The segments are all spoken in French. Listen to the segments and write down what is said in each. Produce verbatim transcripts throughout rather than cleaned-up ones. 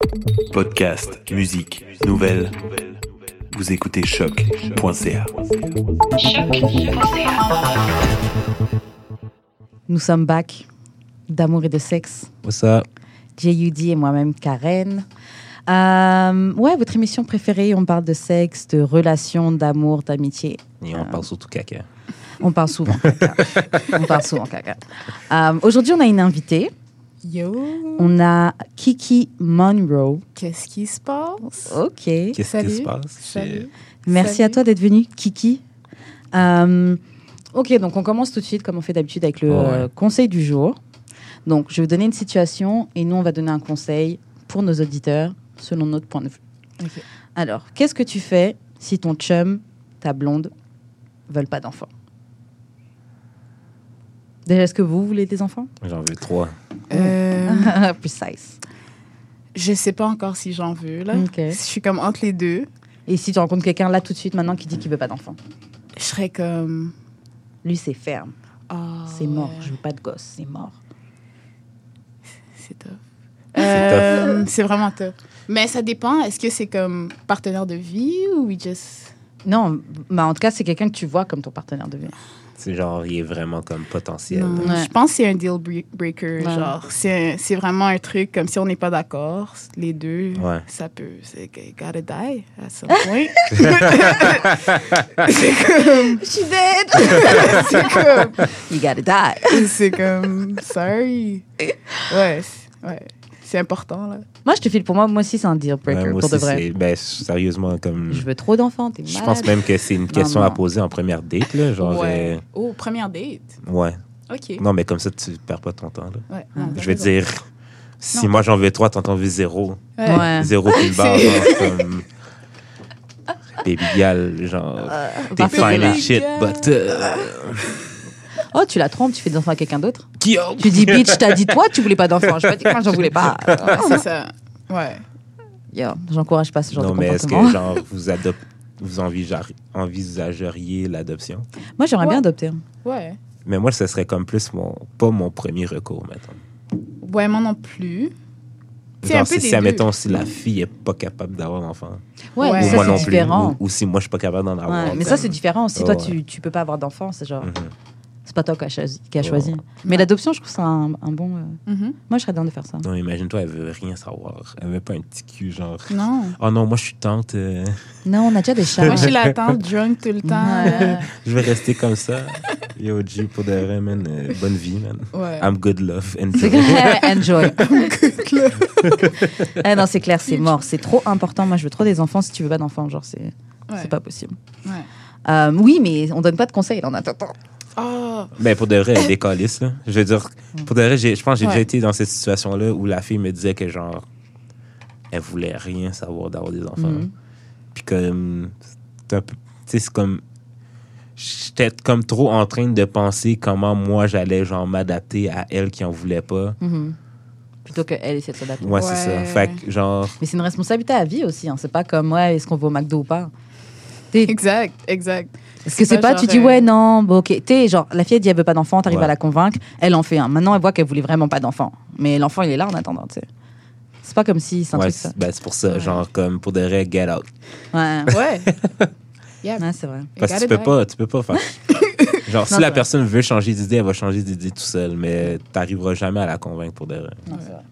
Podcast, musique, nouvelles. Vous écoutez choc point c a. Nous sommes back d'amour et de sexe. What's up? J U D et moi-même, Karen. Euh, ouais, votre émission préférée, on parle de sexe, de relations, d'amour, d'amitié. Et on Euh, parle surtout caca. On parle souvent caca. on parle souvent caca. Euh, aujourd'hui, on a une invitée. Yo, On a Kiki Monroe. qu'est-ce qui se passe? OK. Qu'est-ce Salut. qui se passe? Salut. Merci Salut. à toi d'être venue, Kiki. Euh, OK, donc on commence tout de suite, comme on fait d'habitude, avec le Ouais. euh, conseil du jour. Donc, je vais vous donner une situation et nous, on va donner un conseil pour nos auditeurs selon notre point de vue. Ok. Alors, qu'est-ce que tu fais si ton chum, ta blonde, veulent pas d'enfants? Déjà, est-ce que vous voulez des enfants? J'en veux trois. Euh, Precise. je sais pas encore si j'en veux, là. OK. Je suis comme entre les deux. Et si tu rencontres quelqu'un là tout de suite maintenant qui dit qu'il veut pas d'enfants? Je serais comme... Lui, c'est ferme. ah, C'est mort. ouais, Je veux pas de gosse. C'est mort. C'est tough. Euh, c'est vraiment tough. Mais ça dépend. Est-ce que c'est comme partenaire de vie ou we just... Non, mais en tout cas, c'est quelqu'un que tu vois comme ton partenaire de vie. C'est genre, il est vraiment comme potentiel. Non, Ouais. je pense que c'est un deal bre- breaker. Ouais. Genre, c'est, c'est vraiment un truc comme si on n'est pas d'accord, les deux, Ouais. ça peut. C'est que gotta die at some point. c'est comme. She dead! C'est comme. You gotta die. C'est comme. Sorry. Ouais, c'est, ouais. C'est important, là. Moi, je te file pour moi. Moi aussi, c'est un deal breaker, Ouais, moi pour de aussi, vrai. c'est- ben, sérieusement, comme. Je veux trop d'enfants, t'es Je malade. pense même que c'est une question non. à poser en première date, là. Genre, Ouais. Oh, première date. euh, ouais. OK. Non, mais comme ça, tu perds pas ton temps, là. Ouais, non, t'as Je vais raison. dire, si Non. moi j'en veux trois, t'en t'en veux zéro. Ouais. Ouais. Zéro pile barre, C'est- genre, comme. Baby gal, genre. T'es parfait, fine là. and shit, but. euh, Oh, tu la trompes, tu fais des enfants à quelqu'un d'autre. Guillaume! Tu dis, bitch, t'as dit toi, tu voulais pas d'enfants. Je pas dit que moi, j'en voulais pas. C'est ça. Ouais. Yo, j'encourage pas ce genre Non, de mais est-ce comportement. que, genre, vous, adop- vous envisageriez, envisageriez l'adoption? Moi, j'aimerais Ouais. bien adopter. Ouais. Mais moi, ce serait comme plus mon... Pas mon premier recours, mettons. Ouais, moi non plus. C'est Genre, un peu si, des si, deux. admettons, si la fille est pas capable d'avoir d'enfant. Ouais, Ouais. mais Ou ça, moi c'est non différent. plus. Ou, ou si moi, je suis pas capable d'en avoir. Ouais, mais ça, comme- c'est différent. Si Oh, toi, ouais. tu, tu peux pas avoir d'enfants, c'est genre, Mhm. c'est pas toi qui as choisi. Qui a Ouais. choisi. Mais l'adoption, je trouve ça un, un bon. euh, Mhm. Moi, je serais down de faire ça. Non, imagine-toi, elle veut rien savoir. Elle veut pas un petit cul, genre... Non. Oh non, moi, je suis tante. euh, Non, on a déjà des chats. Moi, je suis la tante drunk tout le temps. Ouais. je vais rester comme ça. Yo, G, pour de vrai, man. euh, bonne vie, man. Ouais. I'm good love. C'est Enjoy. clair. Enjoy. Eh non, c'est clair, c'est mort. C'est trop important. Moi, je veux trop des enfants. Si tu veux pas d'enfants, genre, c'est Ouais. c'est pas possible. Ouais. Euh, oui, mais on donne pas de conseils en attendant. Oh, Ben, pour de vrai, elle est décalisse, là. Je veux dire, pour de vrai, j'ai- je pense que j'ai Ouais. déjà été dans cette situation-là où la fille me disait que, genre, elle voulait rien savoir d'avoir des enfants. Mhm. Puis comme, c'est un peu, tu sais, c'est comme, j'étais comme trop en train de penser comment moi j'allais, genre, m'adapter à elle qui en voulait pas. Mhm. Plutôt qu'elle essaie de s'adapter. Ouais, c'est ça. Ouais. Fait que, genre, Mais c'est une responsabilité à vie aussi. Hein. C'est pas comme, ouais, est-ce qu'on va au McDo ou pas? T'es- exact, exact. Parce que c'est pas, tu genre, dis, euh, ouais, non, bon, ok. T'es genre, la fille, elle dit, elle veut pas d'enfant, t'arrives Ouais. à la convaincre, elle en fait un. Maintenant, elle voit qu'elle voulait vraiment pas d'enfant. Mais l'enfant, il est là en attendant, tu sais. C'est pas comme si c'est un ouais, truc ça. c'est ben, c'est pour ça, Ouais. genre, comme, pour de vrai, get out. Ouais, Ouais. Yeah. ouais c'est vrai. Parce que gotta tu peux die. pas, tu peux pas faire. Genre, si Non, la c'est personne veut changer d'idée, elle va changer d'idée tout seule, mais t'arriveras jamais à la convaincre pour de vrai. Non, c'est vrai.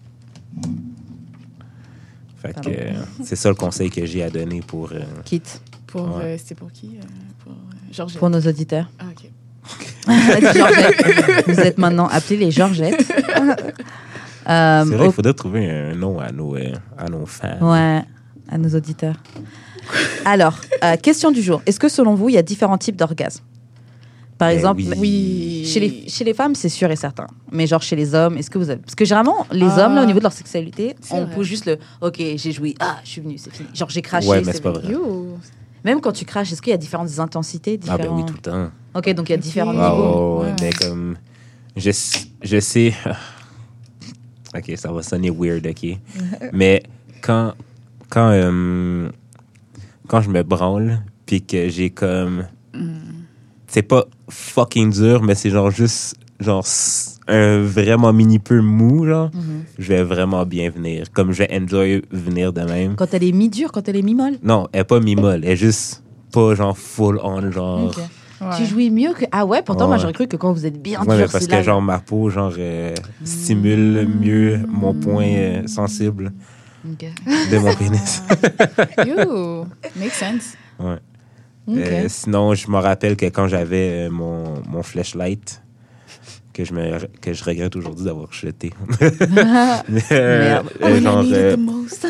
Fait Pardon. que euh, c'est ça le conseil que j'ai à donner pour. euh, Quitte Pour, Ouais. euh, c'était pour qui? euh, pour euh, Georgette. pour nos auditeurs. Ah, OK. Elle a dit Georgette. Vous êtes maintenant appelés les Georgettes. Euh, C'est vrai, au- il faudrait trouver un nom à nos, euh, à nos fans. Ouais, à nos auditeurs. Alors, euh, question du jour. Est-ce que selon vous, il y a différents types d'orgasmes? Par Ben exemple, oui. Oui. chez les, chez les femmes, c'est sûr et certain. Mais genre chez les hommes, est-ce que vous avez... Parce que généralement, les Ah. hommes, là, au niveau de leur sexualité, C'est on vrai. pousse juste le « Ok, j'ai joui. Ah, je suis venue, c'est fini. » Genre, j'ai craché, Ouais, mais c'est pas fini. vrai. Yo. Même quand tu craches, est-ce qu'il y a différentes intensités Ah, différents... ben oui, tout le temps. Ok, donc il y a Ok. différents Ah, niveaux. ouais, Ouais. mais comme. Je, je sais. Ok, ça va sonner weird, ok. Mais quand. Quand. euh, quand je me branle, puis que j'ai comme. C'est pas fucking dur, mais c'est genre juste genre s- un vraiment mini peu mou, genre, Mhm. je vais vraiment bien venir. Comme je vais enjoy venir de même. Quand elle est mi-dure, quand elle est mi-molle. Non, elle est pas mi-molle. Elle est juste pas genre full on, genre. Ok. Ouais. Tu jouis mieux que. Ah ouais, pourtant, moi Ouais. j'aurais cru que quand vous êtes bien Ouais, mais dur, parce c'est que là. genre ma peau, genre, euh, stimule mieux mon point euh, sensible Ok. de mon pénis. You, makes sense. Ouais. Ok. Euh, sinon, je me rappelle que quand j'avais euh, mon, mon flashlight, que je, me, que je regrette aujourd'hui d'avoir jeté. Mais, euh, Merde. euh, genre, euh, most.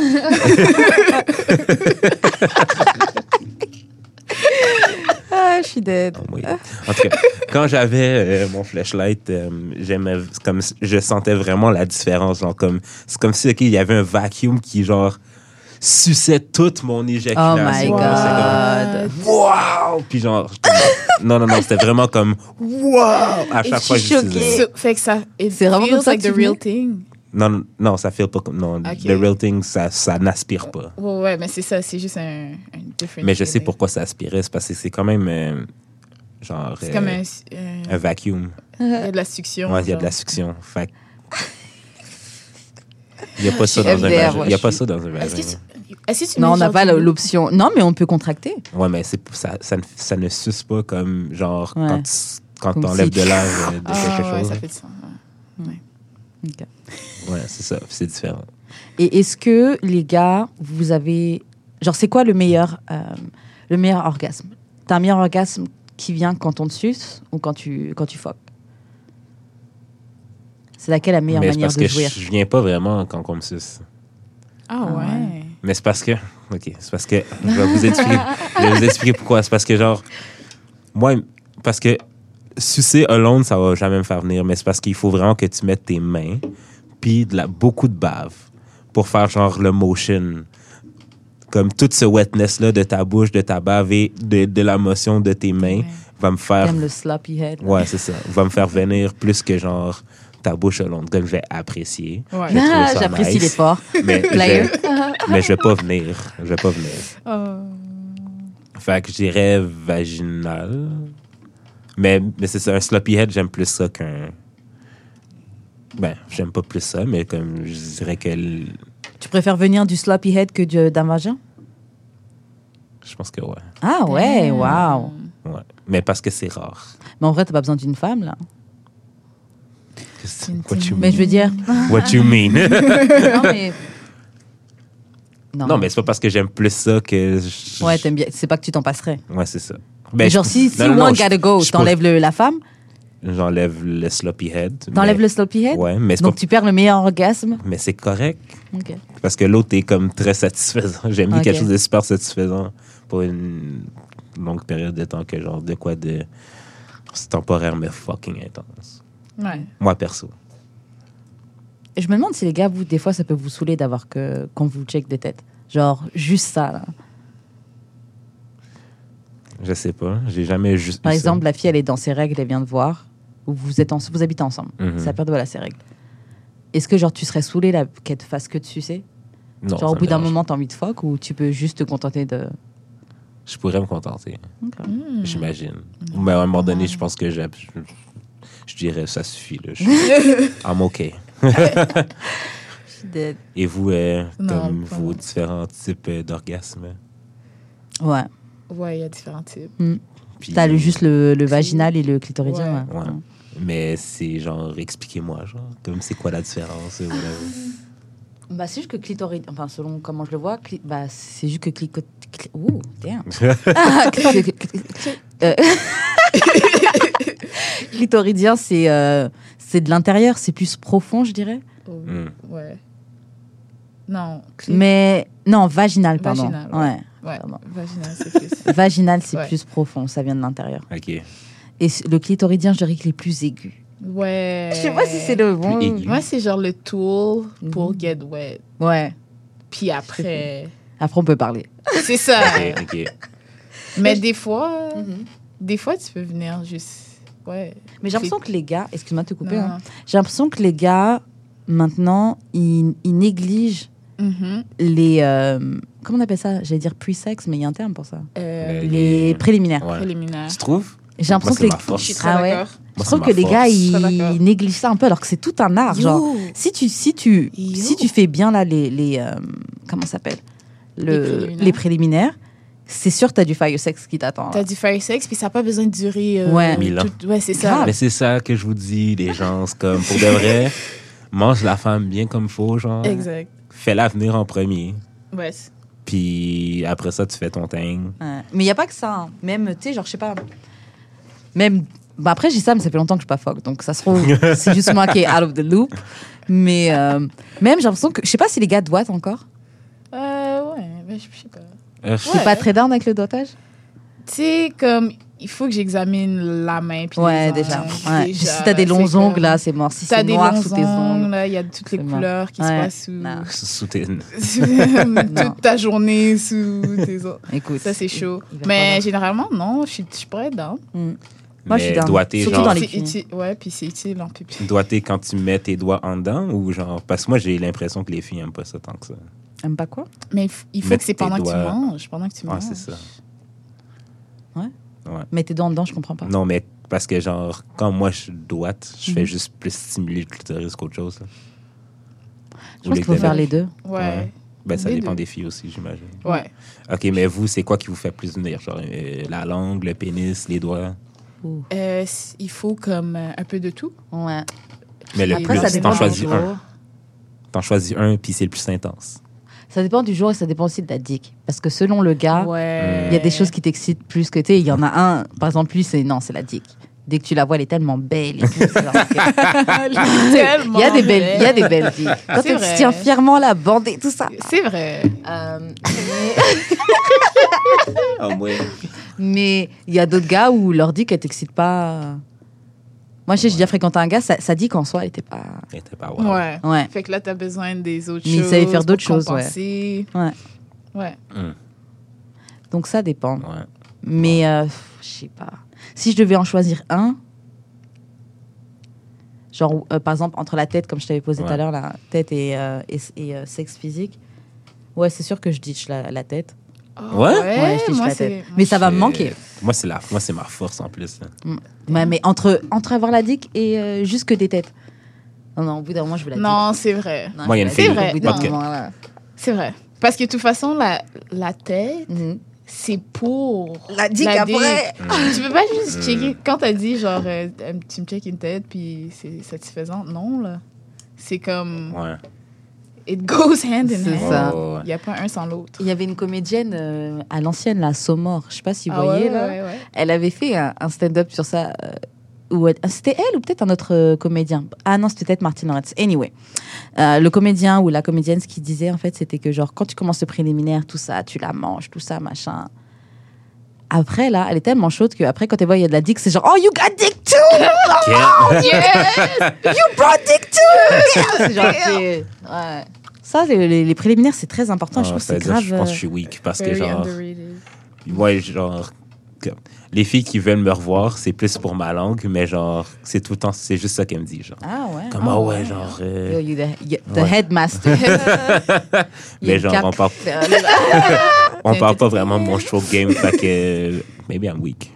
Ah, je suis dead. oh, oui. En tout cas, quand j'avais euh, mon flashlight, euh, j'aimais, comme, je sentais vraiment la différence. Genre, comme, c'est comme si, OK, il y avait un vacuum qui, genre, suçait toute mon Oh éjaculation. my C'est god. comme, wow! Puis genre, j'étais comme- non, non, non, c'était vraiment comme, wow! À chaque je fois que suis j'utilisais. choquée. So, fait que ça, it C'est vraiment feels comme ça like que the tu real venais? thing. Non, non, non, ça fait pas comme, non, Ok. the real thing, ça, ça n'aspire pas. Ouais, ouais, mais c'est ça, c'est juste un, un different Mais je sais feeling. pourquoi ça aspirait, c'est parce que c'est quand même, euh, genre, C'est euh, comme un... euh, un vacuum. Il y a de la succion. Ouais, il y a de la genre. succion. Fait que- il n'y a pas ça dans un F D R, vagin. ouais, Il n'y a je pas suis- ça dans un Est-ce que vagin. tu, est-ce que tu Non, mets on n'a genre pas du- l'option. Non, mais on peut contracter. Ouais, mais c'est, ça, ça, ne, ça ne suce pas comme, genre, Ouais. quand tu quand Comme t'enlèves si- de l'air euh, de Ah, quelque ouais, chose. ça fait du sens. ouais. Ok. Ouais, c'est ça. C'est différent. Et est-ce que les gars, vous avez. Genre, c'est quoi le meilleur, euh, le meilleur orgasme? T'as un meilleur orgasme qui vient quand on te suce ou quand tu, quand tu fuck? C'est laquelle la meilleure Mais c'est manière parce de que jouir? je, je viens pas vraiment quand on me suce. Ah, Ah, ouais. Mais c'est parce que. OK. C'est parce que. Je vais vous expliquer, je vais vous expliquer pourquoi. C'est parce que, genre. Moi, parce que sucer alone, ça va jamais me faire venir. Mais c'est parce qu'il faut vraiment que tu mettes tes mains, puis de la, beaucoup de bave pour faire, genre, le motion. Comme tout ce wetness-là de ta bouche, de ta bave et de, de la motion de tes mains Ouais. va me faire. T'aimes le sloppy head? Ouais, c'est ça. Va me faire venir plus que, genre, ta bouche alone. Comme je vais apprécier. Ouais. Je vais trouver Ah, ça j'apprécie nice. l'effort. Mais je, Player. mais je vais pas venir. Je vais pas venir. Oh. Fait que je dirais vaginal. Mais, mais c'est ça, un sloppy head, j'aime plus ça qu'un. Ben, j'aime pas plus ça, mais comme je dirais que. l- Tu préfères venir du sloppy head que du- d'un vagin? Je pense que ouais. Ah ouais, waouh. Ouais. Mais parce que c'est rare. Mais en vrai, t'as pas besoin d'une femme, là. Qu'est-ce- What you Mais mean? je veux dire... What you mean? non, mais... Non, mais c'est pas parce que j'aime plus ça que. je- Ouais, t'aimes bien. C'est pas que tu t'en passerais. Ouais, c'est ça. Mais Ben, genre, je- si, si non, non, non, one je- gotta go, je t'enlèves le- la femme, pourrais- J'enlève le sloppy head. t'enlèves mais- le sloppy head, Ouais, mais c'est donc pas- tu perds le meilleur orgasme. Mais c'est correct. Ok. Parce que l'autre est comme très satisfaisant. J'aime mieux Ok. quelque chose de super satisfaisant pour une longue période de temps que genre de quoi de c'est temporaire mais fucking intense. Ouais. Moi perso. Et je me demande si les gars, vous, des fois, ça peut vous saouler d'avoir que qu'on vous check des têtes. Genre, juste ça, là. Je sais pas. J'ai jamais juste. Par eu ça. exemple, la fille, elle est dans ses règles, elle vient te voir, ou vous, êtes en- vous habitez ensemble. Mhm. C'est la période où elle a ses règles. Est-ce que, genre, tu serais saoulé là, qu'elle te fasse que de sucer? Non, Genre, ça au me bout d'un dérange moment, t'as envie de fuck, ou tu peux juste te contenter de. pas. Je pourrais me contenter. Ok. Hmm. J'imagine. Mais à un moment donné, je pense que j'ai- je, je dirais ça suffit là. Je- I'm okay. De- Et vous, euh, Non, comme pas vos moi. différents types euh, d'orgasmes. Ouais. Ouais, il y a différents types. Puis- T'as le, juste le, le vaginal et le clitoridien. Ouais. Ouais. Ouais. Mais c'est genre, expliquez-moi, genre, comme c'est quoi la différence? euh, whatever. Bah, c'est juste que clitoridien, enfin, selon comment je le vois, cli- bah, c'est juste que clico... cli- Ouh, damn. Ah, cli- cli- cli- euh, clitoridien, c'est euh, c'est de l'intérieur, c'est plus profond, je dirais. Oh, Mm. Ouais. Non. cli- Mais non, vaginal, pardon. Vaginal, ouais. Ouais. Ouais. pardon. Vaginal, c'est plus. Vaginal, c'est Ouais. plus profond, ça vient de l'intérieur. OK. Et c- le clitoridien, je dirais qu'il est plus aigu. Ouais. Je sais pas si c'est le bon. Plus aigu. Moi, c'est genre le tool pour Mhm. get wet. Ouais. Puis après. Après, on peut parler. C'est ça. OK, OK. Mais des fois, des fois, tu peux venir juste. Ouais. Mais j'ai l'impression que les gars, excuse-moi de te couper, Non. hein. J'ai l'impression que les gars, maintenant, ils, ils négligent Mhm. les. euh, comment on appelle ça? J'allais dire pre-sex, mais il y a un terme pour ça. Euh, Les- Les préliminaires. Ouais. préliminaire. Tu trouves? J'ai l'impression Moi, que les. c'est ma force. Je suis très Ah ouais? d'accord. Je Moi, trouve c'est que ma les gars, force. ils, Je suis d'accord. ils négligent ça un peu alors que c'est tout un art. Yo. Genre, si tu, si tu, Yo. si tu fais bien là les, les euh, comment ça s'appelle, Les le, préliminaires. les préliminaires, c'est sûr que t'as du fire sex qui t'attend. T'as du fire sex, puis ça n'a pas besoin de durer. euh, Ouais. Mille ans. tout- ouais, c'est ça. Grave. Mais c'est ça que je vous dis, les gens, c'est comme, pour de vrai, mange la femme bien comme faut, genre. Exact. Fais-la venir en premier. Ouais. c'est- Puis après ça, tu fais ton thing. Ouais. Mais il n'y a pas que ça. hein. Même, tu sais, genre, je sais pas. Même. Bah après, j'ai ça, mais ça fait longtemps que je suis pas fuck. Donc, ça se trouve, c'est juste moi qui est out of the loop. Mais euh, même, j'ai l'impression que. Je sais pas si les gars doigtent encore. Euh, ouais, mais je je sais pas. Euh, T'es Ouais. pas très down avec le doigtage? Tu sais, comme, il faut que j'examine la main. Puis Ouais, les déjà. ongles. Ouais. Déjà, Si t'as des longs c'est ongles, comme- là, c'est mort. Si T'as c'est des noir longs sous tes ongles, ongles. là, il y a toutes les C'est mort. couleurs qui Ouais. se passent sous. Non. sous tes... toute ta journée sous tes ongles. Écoute. Ça, c'est chaud. Il va Mais falloir. généralement, non, je suis, je suis pas dedans. Mm. Moi, je suis Mais down. doigté, Surtout genre, dans les C'est cuisines. utile. Ouais, puis c'est utile en pipi. doigté quand tu mets tes doigts en dedans ou genre... Parce que moi, j'ai l'impression que les filles aiment pas ça tant que ça. Aime pas quoi? Mais il f- il faut Mettre que c'est tes pendant que tu doigts- manges. Pendant que tu Ouais, manges. c'est ça. Mais tes dents dedans, je comprends pas. Non, mais parce que genre, quand moi, je doite, je fais Mhm. juste plus stimuler le clitoris qu'autre chose. là. Je Ou pense les qu'il faut faire clitoris. les deux. Ouais. Ouais. Ben, ça Les dépend deux. des filles aussi, j'imagine. Ouais. OK, mais vous, c'est quoi qui vous fait plus venir? Genre, euh, la langue, le pénis, les doigts? Ouh. Euh, c- il faut comme euh, un peu de tout. Ouais. Mais le Après, plus, ça dépend t'en du choisis jour. un. T'en choisis un, puis c'est le plus intense. Ça dépend du jour et ça dépend aussi de la dick. Parce que selon le gars, Ouais. il y a des choses qui t'excitent plus que tu sais. Il y en a un, par exemple, lui, c'est non, c'est la dick. Dès que tu la vois, elle est tellement belle. Et tout, c'est genre, ok. Il y a des belles, il y a des belles dicks. Quand C'est elle vrai. se tient fièrement la bandée, tout ça. C'est vrai. Euh, Ah, ouais. mais il y a d'autres gars où leur dick, elle t'excite pas. Moi, je sais, j'ai déjà fréquenté un gars, sa, sa dick en soi, elle était pas. Elle était pas wow. Ouais. Ouais. Fait que là, t'as besoin des autres Mais il choses. savait faire d'autres pour choses, ouais. compenser. Ouais. Ouais. Hum, Donc ça dépend. ouais. Mais euh, pff, je sais pas. Si je devais en choisir un, genre euh, par exemple entre la tête, comme je t'avais posé tout à Ouais. l'heure, la tête et, euh, et, et, euh, sexe physique, ouais, c'est sûr que je ditch la, la tête. Oh, Ouais? Ouais, je ditch moi, la c'est- tête. Mais ça va me C'est- manquer. Moi, c'est la... moi, c'est ma force en plus. là. Ouais, mais entre, entre avoir la dick et euh, juste que des têtes. Non, non, au bout d'un moment, je veux la Non, c'est vrai. dick. Non, Moi, il y a je une veux la fille- dick. C'est Au bout d'un vrai. moment, là. C'est vrai. Parce que de toute façon, la, la tête, Mhm. c'est pour. La dick après. Tu peux pas juste checker. Quand t'as dit, genre, euh, tu me check une tête, puis c'est satisfaisant. Non, là. C'est comme. Ouais. It goes hand in C'est hand. ça. Ouais, ouais. Il n'y a pas un sans l'autre. Il y avait une comédienne euh, à l'ancienne, la Saumor. Je sais pas si vous Ah voyez ouais, là. ouais, ouais. Elle avait fait un, un stand-up sur ça. euh, où elle- c'était elle ou peut-être un autre euh, comédien. Ah non, c'était peut-être Martin Lawrence. Anyway, Euh, le comédien ou la comédienne, ce qu'il disait en fait, c'était que genre quand tu commences le préliminaire, tout ça, tu la manges, tout ça, machin. Après là, elle est tellement chaude qu'après quand elle voit il y a de la dick, c'est genre oh you got dick too, Yeah. you brought dick too. C'est genre c'est- ouais. Ça les, les- les préliminaires c'est très important. je Ah, trouve que ça veut c'est dire, grave. Je pense que euh, je suis weak parce que Very genre... underrated. Ouais, genre... que- Les filles qui veulent me revoir, c'est plus pour ma langue, mais genre, c'est tout le temps, c'est juste ça qu'elles me disent, genre. Ah ouais. Comme, Ah ah ouais, ouais. genre... Yo, euh, you the, you- the Ouais. headmaster. Il y a Mais une genre, cape. on parle, on parle pas vraiment de mon stroke game, fait que... Maybe I'm weak.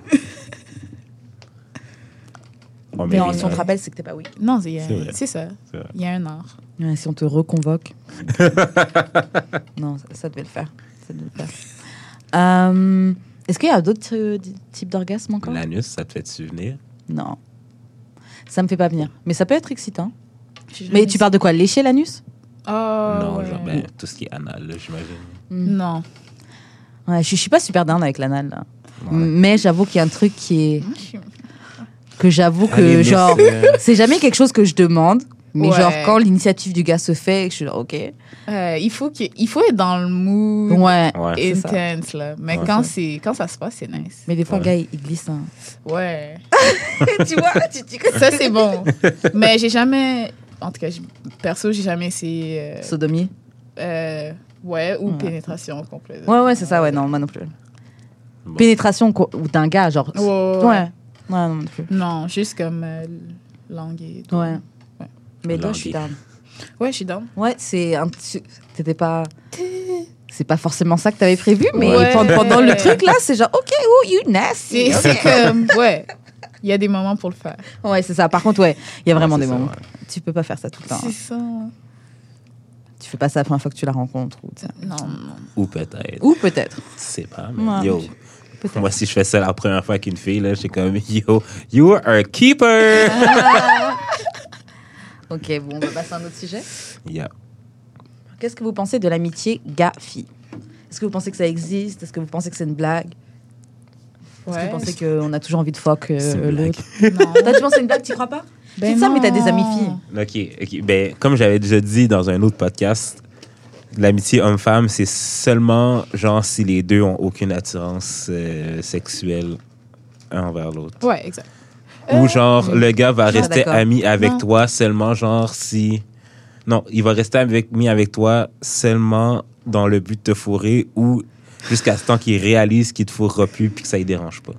Or Mais maybe en- si on te not. rappelle, c'est que t'es pas oui. Non, c'est C'est vrai. c'est ça. C'est vrai. Il y a un art. Ouais, si on te reconvoque. non, ça, ça devait le faire. Ça devait le faire. Euh, Est-ce qu'il y a d'autres euh, d- types d'orgasmes encore? L'anus, ça te fait souvenir? Non. Ça me fait pas venir. Mais ça peut être excitant. J'ai Mais jamais tu parles de quoi? Lécher l'anus? Oh, non, ouais. genre, ben, tout ce qui est anal, là, j'imagine. Non. Ouais, je, je suis pas super down avec l'anal. là. Ouais. Mais j'avoue qu'il y a un truc qui est. Que j'avoue que, Allez, genre. monsieur. C'est jamais quelque chose que je demande. Mais Ouais. genre, quand l'initiative du gars se fait, je suis genre, OK. Euh, il, faut qu'il- il faut être dans le mood Ouais. Ouais. c'est ça. intense, là. Mais Ouais. quand, c'est, quand ça se passe, c'est nice. Mais des fois, Ouais. le gars, il, il glisse. hein. Ouais. tu vois, tu dis que Ça, c'est bon. Mais j'ai jamais... En tout cas, j'ai- perso, j'ai jamais essayé... euh, Sodomie. euh, ouais, ou Ouais. pénétration complète. Ouais, ouais, c'est ça, ouais, non, moi non plus. Bon. Pénétration co- ou d'un gars, genre. Ouais, Ouais. ouais. Ouais, non, non plus. Non, juste comme euh, langue et tout. Ouais. Ouais. Mais là, je suis Languer. down. Ouais, je suis down. Ouais, c'est un petit. T'étais pas. C'est pas forcément ça que t'avais prévu, mais Ouais. pendant, pendant le truc là, c'est genre, OK, oh, you nasty. C'est, c'est comme... Ouais. Il y a des moments pour le faire. Ouais, c'est ça. Par contre, ouais, il y a vraiment Ouais, des c'est ça, moments. ouais. Tu peux pas faire ça tout le temps. C'est hein. ça. Tu fais pas ça la première fois que tu la rencontres. Ou, tu sais. Non, non. Ou peut-être. Ou peut-être. Je sais pas, mais Ouais. yo. Peut-être. Moi, si je fais ça la première fois avec une fille, là, j'ai comme, yo, you are a keeper! Ok, bon, on va passer à un autre sujet. Yeah. Qu'est-ce que vous pensez de l'amitié gars-fille? Est-ce que vous pensez que ça existe? Est-ce que vous pensez que c'est une blague? Est-ce que Ouais. vous pensez qu'on a toujours envie de fuck euh, C'est une blague. l'autre? Non. Toi, tu penses que c'est une blague? Tu crois pas? Ben Tu dis ça, mais t'as des non. amis filles. OK, OK. Ben, comme j'avais déjà dit dans un autre podcast, l'amitié homme-femme, c'est seulement genre si les deux ont aucune attirance euh, sexuelle un envers l'autre. Ouais, exact. Ou genre, le gars va je suis rester d'accord. ami avec Non. toi seulement genre si... Non, il va rester avec, ami avec toi seulement dans le but de te fourrer ou jusqu'à ce temps qu'il réalise qu'il te fourrera plus puis que ça ne dérange pas.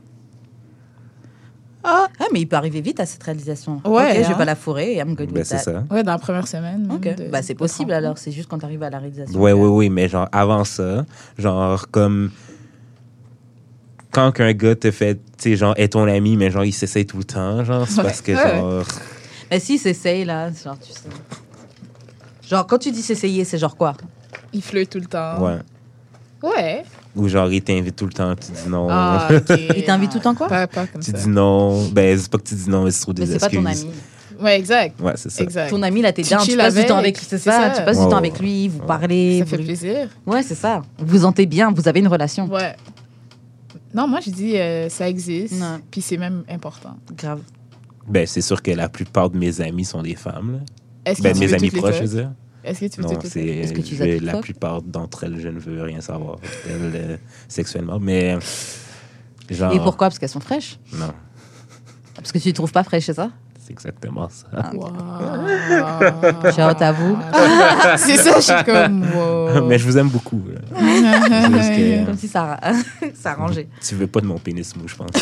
Ah, mais il peut arriver vite à cette réalisation. Ouais, Ok, je vais hein. pas la fourrer. I'm good Ben, with c'est that. ça. Ouais, dans la première semaine. même Ok. de- Bah, c'est de possible rencontre. alors. C'est juste quand tu arrives à la réalisation. Ouais, que- ouais, oui, mais genre avant ça, genre comme quand qu'un gars te fait, tu sais, genre, est ton ami, mais genre il s'essaye tout le temps, genre, c'est Ouais. parce que Ouais, ouais. genre. Mais si, s'essaye là. Genre, tu sais. Genre, quand tu dis s'essayer, c'est genre quoi? Il flirte tout le temps. Ouais. Ouais. Ou genre il t'invite tout le temps, tu dis non. Ah, ok. Il t'invite tout le temps quoi? Pas, pas comme tu ça. dis non. Ben, c'est pas que tu dis non, mais c'est trop Mais des c'est pas ton excuses. ami. Ouais, exact. Ouais, c'est ça. Exact. Ton ami, là, t'es Tu bien. Tu chill passes du temps avec, avec lui, c'est c'est ça. ça. Tu passes Ouais, du temps ouais, avec ouais. lui, vous parlez. Ça fait vous- plaisir. Ouais, c'est ça. Vous entendez bien, vous avez une relation. Ouais. Non, moi, je dis euh, ça existe. Ouais. Puis c'est même important. Grave. Ben, c'est sûr que la plupart de mes amis sont des femmes, là. Est-ce que Ben, tu mes veux amis toutes les proches, je fuck? veux dire. Est-ce que tu veux Non, toutes les c'est fuck? Est-ce que tu je- les as toutes la fuck? plupart d'entre elles, je ne veux rien savoir d'elles euh, sexuellement, mais genre Et pourquoi? Parce qu'elles sont fraîches. non, Parce que tu les trouves pas fraîches, c'est ça? c'est exactement ça. Wow. Shout à vous. C'est ça, je suis comme wow. Mais je vous aime beaucoup. là. C'est juste que Comme si ça, ça arrangeait. tu veux pas de mon pénis mou, je pense.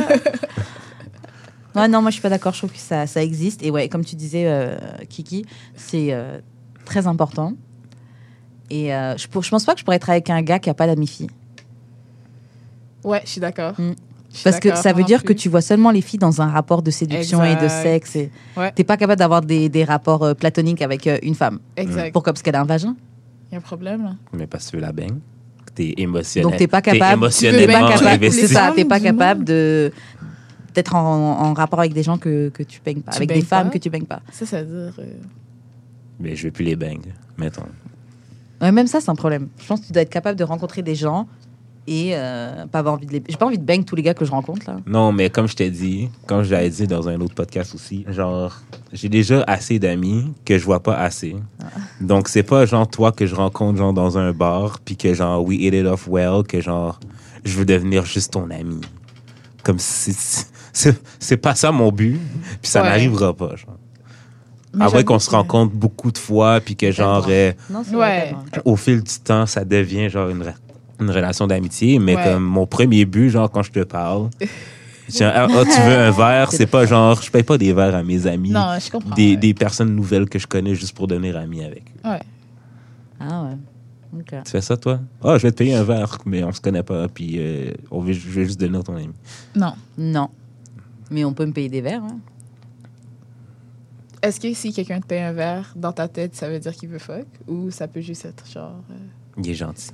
Ouais, non, moi je suis pas d'accord. Je trouve que ça, ça existe. Et ouais, comme tu disais, euh, Kiki, c'est euh, très important. Et euh, je, pour- je pense pas que je pourrais être avec un gars qui a pas d'amis filles. Ouais, je suis d'accord. Mm. Je suis Parce que d'accord, ça moi veut non dire que plus. tu vois seulement les filles dans un rapport de séduction et de Exact. sexe. Et Ouais. t'es pas capable d'avoir des, des rapports euh, platoniques avec euh, une femme. Exact. Pourquoi? Parce qu'elle a un vagin. Il y a un problème, là. Mais parce que tu veux la baigne. T'es émotionnel. Donc t'es pas T'es capable. T'es émotionnellement pas capable. investi. C'est ça. femmes T'es pas du capable monde. de d'être en, en rapport avec des gens que, que tu baignes pas, Tu avec des baignes femmes pas? que tu baignes pas. Ça, ça veut dire... euh, Mais je veux plus les baignes, mettons. Ouais, même ça, c'est un problème. Je pense que tu dois être capable de rencontrer des gens et euh, pas avoir envie de les. J'ai pas envie de bang tous les gars que je rencontre là. Non, mais comme je t'ai dit, comme je l'avais dit dans un autre podcast aussi, genre, j'ai déjà assez d'amis que je vois pas assez. Donc, c'est pas genre toi que je rencontre genre dans un bar, puis que genre, we hit it off well, que genre, je veux devenir juste ton ami. Comme si. C'est, c'est pas ça mon but, puis ça Ouais. n'arrivera pas, genre. mais À moins qu'on j'avoue se que- rencontre beaucoup de fois, puis que genre, euh, Non, c'est Ouais. vrai, tellement. au fil du temps, ça devient genre une, re- une relation d'amitié. Mais Ouais. comme mon premier but, genre, quand je te parle, c'est un, ah, ah, tu veux un verre? C'est pas genre, je paye pas des verres à mes amis, Non, je comprends. des, ouais. des personnes nouvelles que je connais juste pour devenir ami avec eux. Ouais. Ah ouais. Ok. Tu fais ça, toi? Ah, je vais te payer un verre, mais on se connaît pas, puis euh, on veut, je vais juste devenir ton ami. Non. Non. Mais on peut me payer des verres. Hein. Est-ce que si quelqu'un te paye un verre, dans ta tête, ça veut dire qu'il veut fuck? Ou ça peut juste être genre... euh, Il est gentil.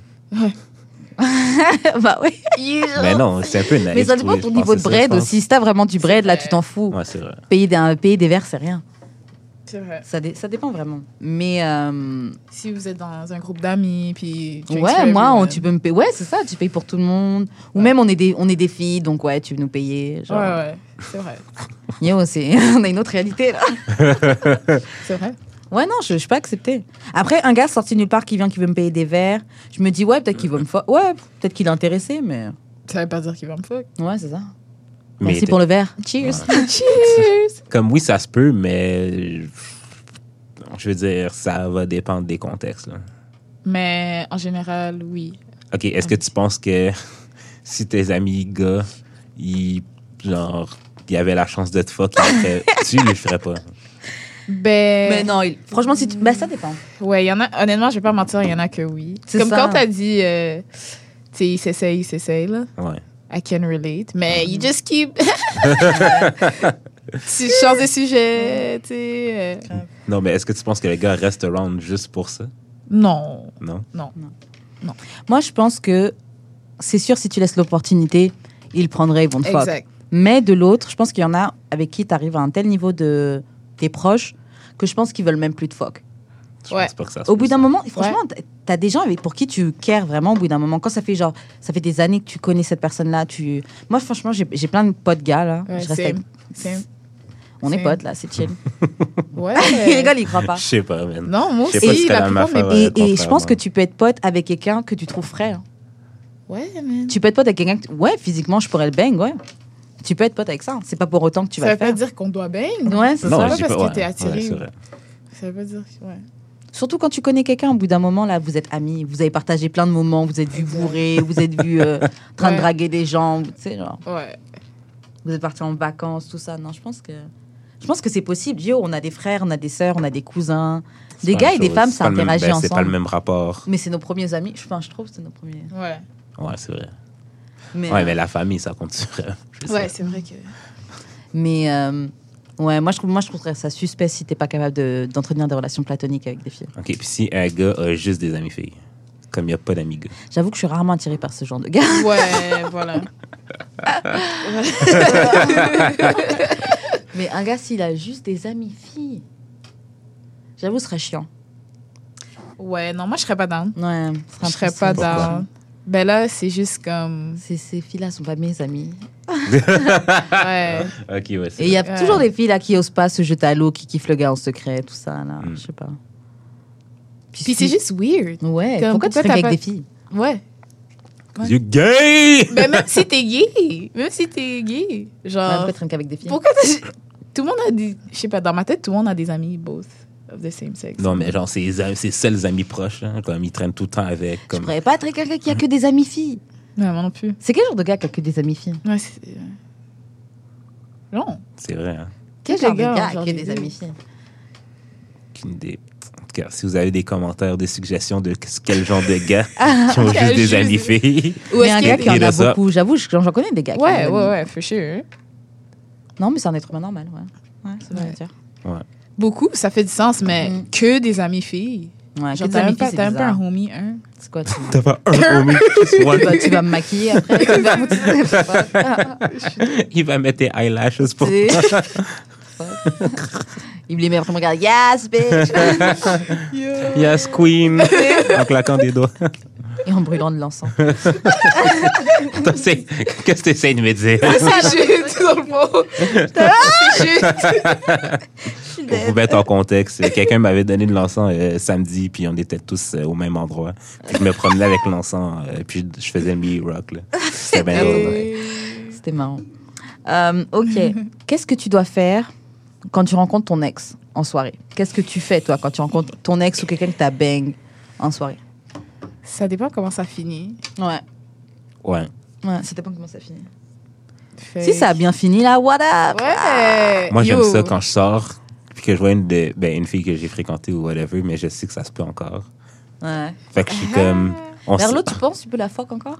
bah oui. Mais non, c'est un peu naïf. Mais ça dépend de je ton pense, niveau de c'est ça, bread je pense. aussi. Si t'as vraiment du bread, là, vrai. tu t'en fous. Ouais, c'est vrai. Payer, des, payer des verres, c'est rien. C'est vrai. Ça, dé- ça dépend vraiment. Mais euh, Si vous êtes dans un groupe d'amis, puis... drinks ouais, for moi, on- everyone. tu peux me payer. Ouais, c'est ça. Tu payes pour tout le monde. Ou même on est des, on est des filles, donc ouais, tu veux nous payer. Genre, Ouais, ouais, c'est vrai. yo, c'est, on a une autre réalité là. C'est vrai. Ouais, non, je, je suis pas acceptée. Après, un gars sorti nulle part qui vient, qui veut me payer des verres, je me dis, ouais, peut-être qu'il va me fa... Ouais, peut-être qu'il est intéressé, mais. Ça veut pas dire qu'il va me fuck. Ouais, c'est ça. Mais Merci t'es- pour le verre. Cheers. Cheers! Comme oui, ça se peut, mais je veux dire, ça va dépendre des contextes. Là. Mais en général, oui. OK, est-ce que tu penses que si tes amis gars, ils, genre, ils avaient la chance de te fuck, ils le feraient- tu le ferais pas? Ben... Mais non, il- franchement, si tu... bah, ça dépend. Ouais, il y en a... Honnêtement, je vais pas mentir, il y en a que oui. C'est Comme ça. quand t'as dit... euh, tu sais, il s'essaye, il s'essaye, là. Ouais. I can relate. Mais you just keep... Tu changes de sujet, tu sais. euh. Non, mais est-ce que tu penses que les gars restent around juste pour ça? Non. Non? Non. Moi, je pense que c'est sûr, si tu laisses l'opportunité, ils le prendraient, ils vont te fuck. Exact. Mais de l'autre, je pense qu'il y en a avec qui tu arrives à un tel niveau de tes proches que je pense qu'ils veulent même plus de fuck. Je Ouais. pense pas que ça se Au bout peut, d'un ça. moment, franchement, t'as- t'as des gens avec pour qui tu cares vraiment au bout d'un moment. Quand ça fait genre, ça fait des années que tu connais cette personne-là, tu. Moi, franchement, j'ai j'ai plein de potes gars là. Ouais, je reste same. avec- Same. On est same. potes là, c'est chill. Ouais. il rigole, il croit pas. Je sais pas, man. Non, moi Je sais pas aussi, si la t'as la même plupart de affaire, mes... ouais. Et, et je pense contrairement. que tu peux être pote avec quelqu'un que tu trouves frais. hein. Ouais, man. Tu peux être pote avec quelqu'un que tu- ouais, physiquement, je pourrais le bang, ouais. Tu peux être pote avec ça. C'est pas pour autant que tu Ça vas veut le pas faire. dire qu'on doit bang. Ouais, c'est Non, ça. pas je dis parce pas. que t'es ouais, attiré ouais, c'est ou- vrai. Ça veut pas dire... Ouais. Surtout quand tu connais quelqu'un, au bout d'un moment, là, vous êtes amis, vous avez partagé plein de moments, vous êtes vus Exact. bourrer, vous êtes vus euh, en train de Ouais. draguer des gens, tu sais, genre, Ouais. vous êtes partis en vacances, tout ça. Non, je pense que, je pense que c'est possible. Yo, on a des frères, on a des sœurs, on a des cousins, C'est des pas gars la et des chose. femmes, C'est ça pas le même- interagit ben, ensemble. C'est pas le même rapport. Mais c'est nos premiers amis. Enfin, je trouve que c'est nos premiers. Ouais. Ouais, c'est vrai. Mais, Ouais, euh, mais la famille, ça compte sur. je sais. Ouais, c'est vrai que... mais euh, ouais, moi je, trouve, moi, je trouverais ça suspect si t'es pas capable de- d'entretenir des relations platoniques avec des filles. OK, puis si un gars a juste des amis filles, comme il n'y a pas d'amis gars. J'avoue que je suis rarement attirée par ce genre de gars. Ouais, voilà. Mais un gars, s'il a juste des amis filles, j'avoue, ce serait chiant. Ouais, non, moi, je serais pas down. Ouais, ce Je serait serais pas impossible. down. Ben là, c'est juste comme... Ces, ces filles-là sont pas mes amies. Ouais. OK, ouais, c'est Et il y a Ouais. toujours des filles là qui osent pas se jeter à l'eau, qui kiffent le gars en secret, tout ça, là. Mm. Je sais pas. Puis c'est si- juste weird. Ouais, Comme, pourquoi tu pourquoi serais t'as avec pas- des filles? Ouais. You gay! Mais même si t'es gay, même si t'es gay, Ouais, genre... pourquoi tu traînes qu'avec des filles? Pourquoi t'as- Tout le monde a des... Je sais pas, dans ma tête, tout le monde a des amis, both of the same sex. Non, mais genre, ses, am- ses seuls amis proches, hein, comme ils traînent tout le temps avec. Je Comme... pourrais pas être avec quelqu'un qui a que des amis filles. Ouais, moi non plus. C'est quel genre de gars qui a que des amis filles? Ouais, c'est... euh, Non. C'est vrai, hein? Quel Quel genre de gars, gars genre qui a des des deux? amis filles? Aucune idée. En tout cas, si vous avez des commentaires, des suggestions de quel genre de gars qui ont Qui a juste des juste- amis filles. Ou Mais est-ce un qu'il y gars a qui en des- a ça. beaucoup. J'avoue, j'en j'en connais des gars qui ont Ouais, des ouais, amis. ouais, for sure. Non, mais c'est un être humain normal, ouais. Ouais, ça veut Ouais. dire. Beaucoup, ça fait du sens, mais Mm. que des amis filles. Ouais, Genre, que des t'as amis même pas, filles, t'as c'est même pas un bizarre. homie, un. C'est quoi, tu... T'as pas un homie, juste one. tu, vas, tu vas me maquiller après. Tu vas me- Il va mettre tes eyelashes pour C'est- Il me les met vraiment, regarde, yes, bitch! Yes, queen. En claquant des doigts. Et en brûlant de l'encens. Attends, c'est- Qu'est-ce que tu essaies de me dire? C'est juste, dans le fond. C'est juste. Pour vous mettre en contexte, quelqu'un m'avait donné de l'encens euh, samedi, puis on était tous euh, au même endroit. Puis je me promenais avec l'encens, euh, puis je faisais le mi-rock. là. C'était bien drôle. Et- C'était marrant. Euh, ok. Qu'est-ce que tu dois faire quand tu rencontres ton ex en soirée? Qu'est-ce que tu fais, toi, quand tu rencontres ton ex ou quelqu'un que t'as bang en soirée? Ça dépend comment ça finit. Ouais. Ouais. Ouais, ça dépend comment ça finit. Fait Si ça a bien fini, là, what up? Ouais. Moi, j'aime Yo. ça quand je sors, puis que je vois une, de, ben, une fille que j'ai fréquentée ou whatever, mais je sais que ça se peut encore. Ouais. Fait que je suis comme... On Vers s- l'autre, tu penses, tu peux la fuck encore?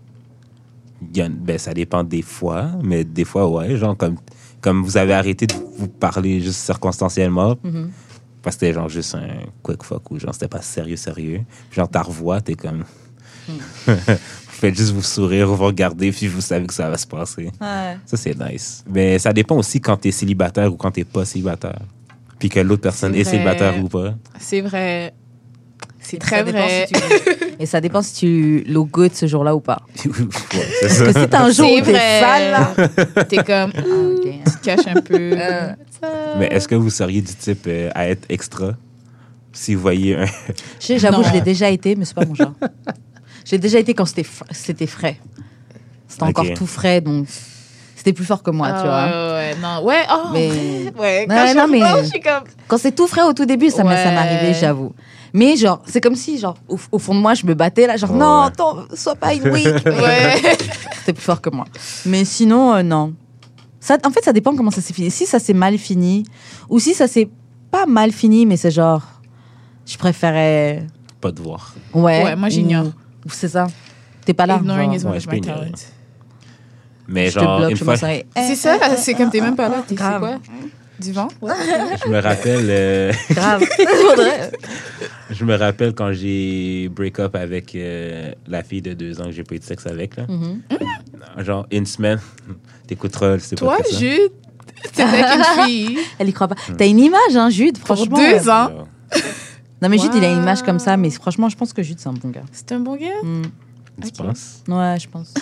il y a- ben, ça dépend des fois, mais des fois, ouais. Genre, comme, comme vous avez arrêté de vous parler juste circonstanciellement, Mhm. parce que c'était genre juste un quick fuck ou genre c'était pas sérieux, sérieux. Puis genre, t'as revois, t'es comme. vous faites juste vous sourire, vous regarder, puis vous savez que ça va se passer. Ouais. Ça, c'est nice. Mais ça dépend aussi quand t'es célibataire ou quand t'es pas célibataire. Puis que l'autre personne C'est est vrai. célibataire ou pas. C'est vrai. C'est Et très ça dépend vrai. si tu- Et ça dépend si tu look good ce jour-là ou pas. Ouais, c'est Parce ça. que si t'as un jour C'est où t'es vrai. sale, là... T'es comme, Ah, ouh, ok. tu te caches un peu. Euh. Mais est-ce que vous seriez du type euh, à être extra si vous voyez un. Je sais, J'avoue, Non. je l'ai déjà été, mais c'est pas mon genre. J'ai déjà été quand c'était fr- c'était frais. C'était encore Ok. tout frais, donc c'était plus fort que moi, tu vois. Ah, ouais, ouais, non. Ouais, oh, Mais- vrai. Ouais, quand Ouais, je non, mais- repense, je suis comme... Quand c'est tout frais au tout début, ça m'est ça m'est arrivé, Ouais. j'avoue. Mais genre, c'est comme si, genre, au, au fond de moi, je me battais là, genre, Ouais. non, attends, sois pas une weak. Ouais. C'était plus fort que moi. Mais sinon, euh, non. Ça, en fait, ça dépend comment ça s'est fini. Si ça s'est mal fini, ou si ça s'est pas mal fini, mais c'est genre, je préférais. Pas de voir. Ouais. Ouais, moi, j'ignore. ou- ou c'est ça. T'es pas là. Ignoring genre. is one Ouais, of je my peux ignorer. talents. Mais Je te genre, bloque, une je fois, m'en serais- C'est ça, là, c'est comme t'es même pas là. T'es c'est Grave. quoi? Du vent? Ouais. je me rappelle, euh, Grave. Faudrait- je me rappelle quand j'ai break up avec euh, la fille de deux ans que j'ai pas eu de sexe avec, là. Mhm. Genre, une semaine, t'écouteras, c'est pas Toi, que ça. Jude, t'étais avec une fille Elle y croit pas. T'as une image, hein, Jude, pour franchement. deux ans. Genre, Non, mais Jude, il a une image Wow. comme ça, mais franchement, je pense que Jude, c'est un bon gars. C'est un bon gars? Mm. tu Ok. penses? Ouais, je pense.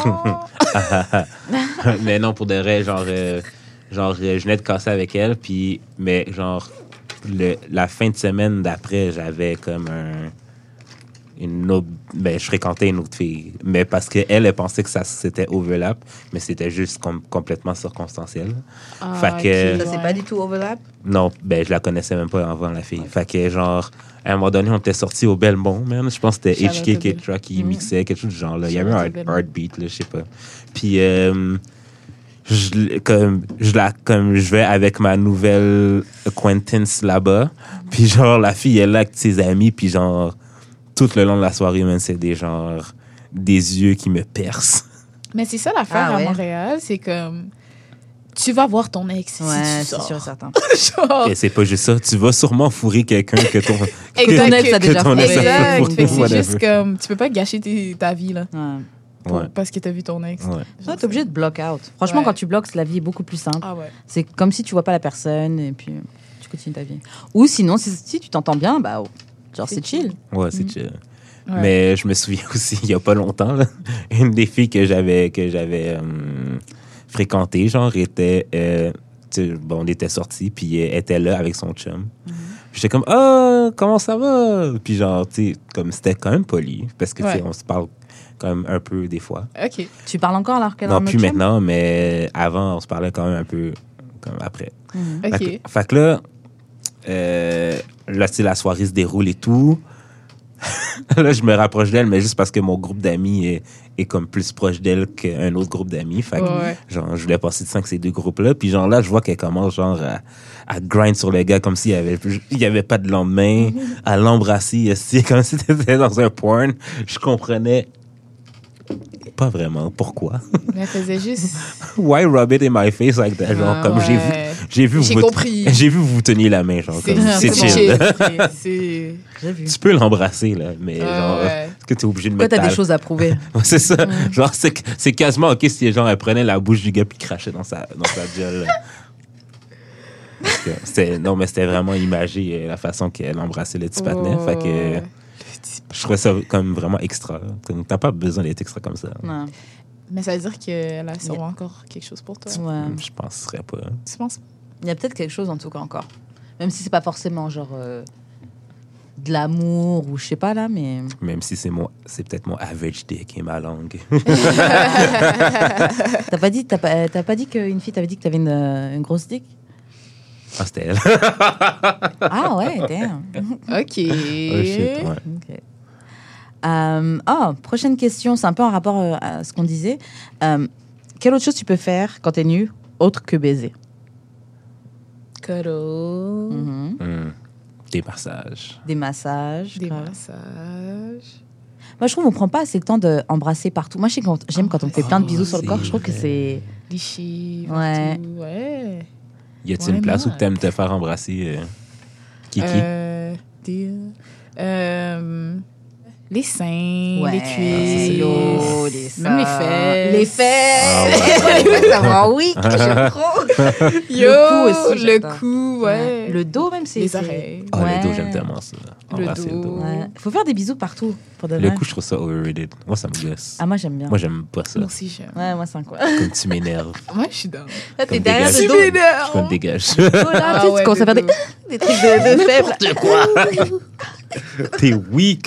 Oh. Mais non, pour de vrai, genre, euh, genre euh, je venais de casser avec elle, puis, mais genre, le, la fin de semaine d'après, j'avais comme un. Une autre. Ben, je fréquentais une autre fille. Mais parce qu'elle, elle pensait que ça c'était overlap, mais c'était juste com- complètement circonstanciel. Ah, Fait que- ok, Ça, c'est ouais. pas du tout overlap. Non, ben, je la connaissais même pas avant, la fille. Fait que, genre, à un moment donné, on était sortis au Belmont, man. Je pense que c'était Shout out H K au Bel- K-Track qui Mm. mixait, quelque chose du genre, là. Il y Shout avait out un au heart- Belmont. heartbeat, là, je sais pas. Puis, euh, je, l- comme, je la, comme, je vais avec ma nouvelle acquaintance là-bas. Puis, genre, la fille, elle est là avec ses amis, puis, genre, tout le long de la soirée, man, c'est des, genre, des yeux qui me percent. Mais c'est ça l'affaire Ah, ouais. à Montréal, c'est comme. Tu vas voir ton ex Ouais, si tu c'est sors. sûr et certain. Genre, Et c'est pas juste ça. Tu vas sûrement fourrer quelqu'un que ton, exact, ton ex a que- déjà ton fait. ex a fait Exact. fourrer, Fait que c'est whatever. juste comme. Tu peux pas gâcher tes- ta vie, là. Ouais. pour- Ouais. Parce que t'as vu ton ex. Ouais. Ouais, t'es obligé de block out. Franchement, Ouais. quand tu bloques, la vie est beaucoup plus simple. Ah ouais. C'est comme si tu vois pas la personne et puis tu continues ta vie. Ou sinon, si, si tu t'entends bien, bah, oh, genre, C'est c'est chill. Ouais, c'est Mm. chill. Ouais. Mais je me souviens aussi, il y a pas longtemps, là, une des filles que j'avais que j'avais euh, fréquentée, genre, était... euh, tu sais, bon, on était sortis, puis elle était là avec son chum. Mm-hmm. Puis j'étais comme, ah, comment ça va? Puis genre, tu sais, comme c'était quand même poli, parce que, tu sais, Ouais. on se parle quand même un peu des fois. Ok. Tu parles encore alors qu'elle a Non, un plus autre chum? maintenant, mais avant, on se parlait quand même un peu comme après. Mhm. Fait, Ok. que, fait que là, euh, là, tu sais, la soirée se déroule et tout. Là, je me rapproche d'elle, mais juste parce que mon groupe d'amis est, est comme plus proche d'elle qu'un autre groupe d'amis. Fait que, Ouais. genre, je voulais passer de sang avec ces deux groupes-là. Puis, genre, là, je vois qu'elle commence, genre, à, à grind sur le gars comme s'il y avait, il y avait pas de lendemain, à l'embrasser, esti, comme si c'était dans un porn. Je comprenais pas vraiment pourquoi. Mais elle faisait juste. Why rub it in my face like that? Genre, Ah, comme j'ai vu, ouais. j'ai vu, J'ai vous, compris. j'ai vu vous teniez la main, genre, C'est comme, c'est c'est chill. chill. C'est. J'ai vu. Tu peux l'embrasser, là, mais Ah, genre, ouais. est-ce que t'es obligé de Pourquoi mettre t'as ta... des choses à prouver? Ouais, c'est ça. Genre, c'est, c'est quasiment OK si, genre, elle prenait la bouche du gars puis crachait dans sa, dans sa gueule. là. Parce que c'était, non, mais c'était vraiment imagé, euh, la façon qu'elle embrassait le petit patinet. Fait que Ouais. je trouvais ça comme vraiment extra. Comme, t'as pas besoin d'être extra comme ça. Non. Mais ça veut dire qu'elle a sûrement encore quelque chose pour toi. Ouais. Je penserais pas. Tu penses? Il y a peut-être quelque chose en tout cas encore. Même si c'est pas forcément genre euh, de l'amour ou je sais pas là, mais. Même si c'est mon, c'est peut-être mon average dick et ma langue. T'as pas dit, t'as pas, t'as pas dit qu'une fille t'avait dit que t'avais une, euh, une grosse dick? Ah, c'était elle. Ah ouais, damn. Ok. Oh, shit, ouais. Ok. Euh, oh, prochaine question, c'est un peu en rapport euh, à ce qu'on disait. Euh, quelle autre chose tu peux faire quand t'es nu, autre que baiser? Cuddle. Mhm. Hmm. Des massages. Des massages. Des grave. massages. Moi, je trouve qu'on prend pas assez le temps d'embrasser partout. Moi, je sais quand j'aime quand on me fait plein de bisous sur le c'est corps. Je trouve que vrai. c'est. Lichi. Ouais. partout. Ouais. Y a-t-il Ouais, une place où non. t'aimes te faire embrasser, euh, Kiki? Euh, des- euh, les seins, Ouais. les Ah, ça, c'est cuisses, Yo, les même les seins. fesses. Les fesses. Ah, les fesses, ça va, oui, j'aime trop. Yo, Le cou aussi, le j'adore. cou, ouais. Le dos, même, c'est. Les c'est- oreilles. Ah, Ouais. le dos, j'aime tellement ça. Embrasser le dos. dos. Ouais. Faut faire des bisous partout. Pour de Le vrai. coup, je trouve ça overrated. Moi, ça me gosse. Ah, moi, j'aime bien. Moi, j'aime pas ça. Moi aussi, j'aime. Ouais, moi, c'est un quoi. Comme tu m'énerves. Moi, je suis down. Là, t'es Comme derrière dégage. le dos. Je comme dégage. Oh, là, tu sais, tu commences à faire des, des trucs de, de faible. De quoi? T'es weak.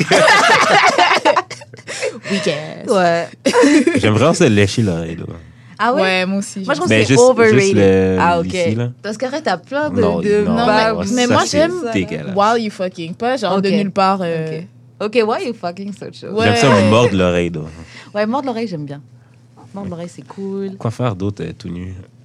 Weekend. Ouais. J'aime vraiment ça lécher l'oreille, là. Ah ouais? Ouais, moi aussi. Moi, je j'aime. trouve Mais que c'est juste- overrated. juste le- ah, ok. ici, là. Parce qu'arrête, t'as plein de. Non, de non, Non, bah, mais, ça, mais moi, c'est j'aime dégueulasse. while you fucking, pas genre de Ok. nulle part. euh, Ok. Ok, why you fucking so chill? Ouais. J'aime ça me mordre l'oreille, là. Ouais, mordre l'oreille, j'aime bien. Mordre l'oreille, c'est cool. Quoi faire d'autre euh, tout nu?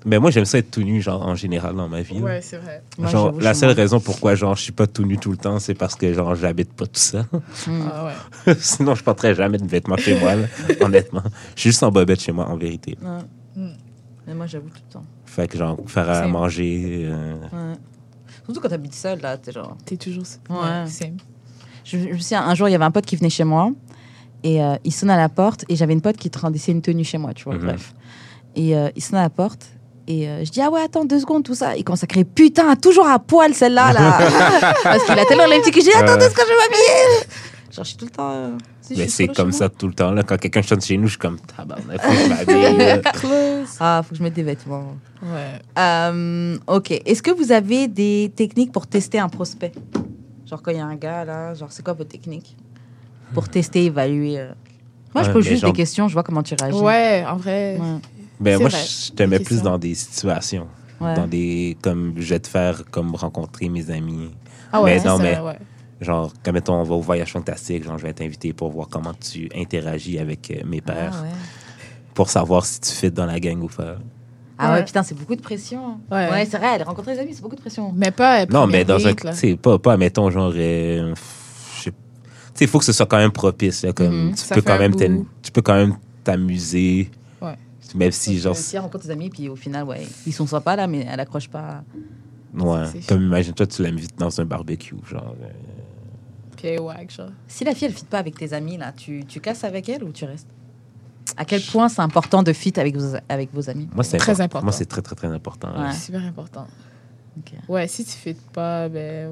Mais moi, j'aime ça être tout nu, genre, en général, dans ma vie. là. Ouais, c'est vrai. Moi, Genre, j'avoue, la chez seule moi. raison pourquoi, genre, je suis pas tout nu tout le temps, c'est parce que, genre, j'habite pas tout ça. Mm. Ah ouais. Sinon, je porterais jamais de vêtements chez moi, là, honnêtement. Je suis juste en bobette chez moi, en vérité. Ouais. Mm. Mais moi, j'avoue tout le temps. Fait que, genre, faire à Same. manger... euh, Ouais. Surtout quand t'habites seul, là, t'es genre... T'es toujours. Ouais. same. Je, je me souviens, un jour, il y avait un pote qui venait chez moi et euh, il sonne à la porte et j'avais une pote qui trandissait une tenue chez moi, tu vois, Mhm. bref. Et euh, il sonne à la porte et euh, je dis, ah ouais, attends deux secondes, tout ça. Il commence à crier, putain, toujours à poil celle-là, là. Parce qu'il a tellement les petits que je dis, attends Ouais. deux secondes, je vais m'habiller. Genre, je suis tout le temps... euh, si, je Mais suis c'est solo comme chez ça tout le temps, là. Quand quelqu'un chante chez nous, je suis comme, tabarnak, faut que je m'habille, là. moi. Ah, faut que je mette des vêtements. Ouais. Euh, ok. Est-ce que vous avez des techniques pour tester un prospect? Genre, quand il y a un gars, là, genre, c'est quoi votre technique? Pour tester, évaluer. euh. Moi, je Ouais, pose mais juste genre- des questions, je vois comment tu réagis. Ouais, en vrai. Ouais. Ben, C'est moi, vrai. je te mets Des plus questions. dans des situations. Ouais. Dans des... Comme, je vais te faire, comme, rencontrer mes amis. Ah ouais, Mais c'est non, ça, mais- ouais. Genre, comme, mettons, on va au voyage fantastique, genre, je vais t'inviter pour voir comment tu interagis avec euh, mes pères. Ah ouais. Pour savoir si tu fits dans la gang ou pas. Ah ouais, Ouais. putain, c'est beaucoup de pression. Ouais. Ouais, c'est vrai, aller rencontrer des amis, c'est beaucoup de pression. Mais pas. Non, mais dans un... un. Tu sais, pas, pas, mettons, genre... euh, je sais- Tu sais, il faut que ce soit quand même propice, là, comme... Mhm. tu, Ça peux fait quand un même bout. t'am- tu peux quand même t'amuser. Ouais. Même si, genre... Si elle rencontre des amis, puis au final, ouais, ils sont sympas là, mais elle accroche pas. Ouais. C'est Comme, imagine-toi, tu l'invites dans un barbecue, genre... euh, Puis ouais, genre. Si la fille, elle fit pas avec tes amis, là, tu, tu casses avec elle ou tu restes? À quel point c'est important de fit avec vos, avec vos amis? Moi, c'est Très impor- important. Moi, c'est très, très, très important. Ouais. là. C'est super important. Ok. Ouais, si tu fais pas, ben.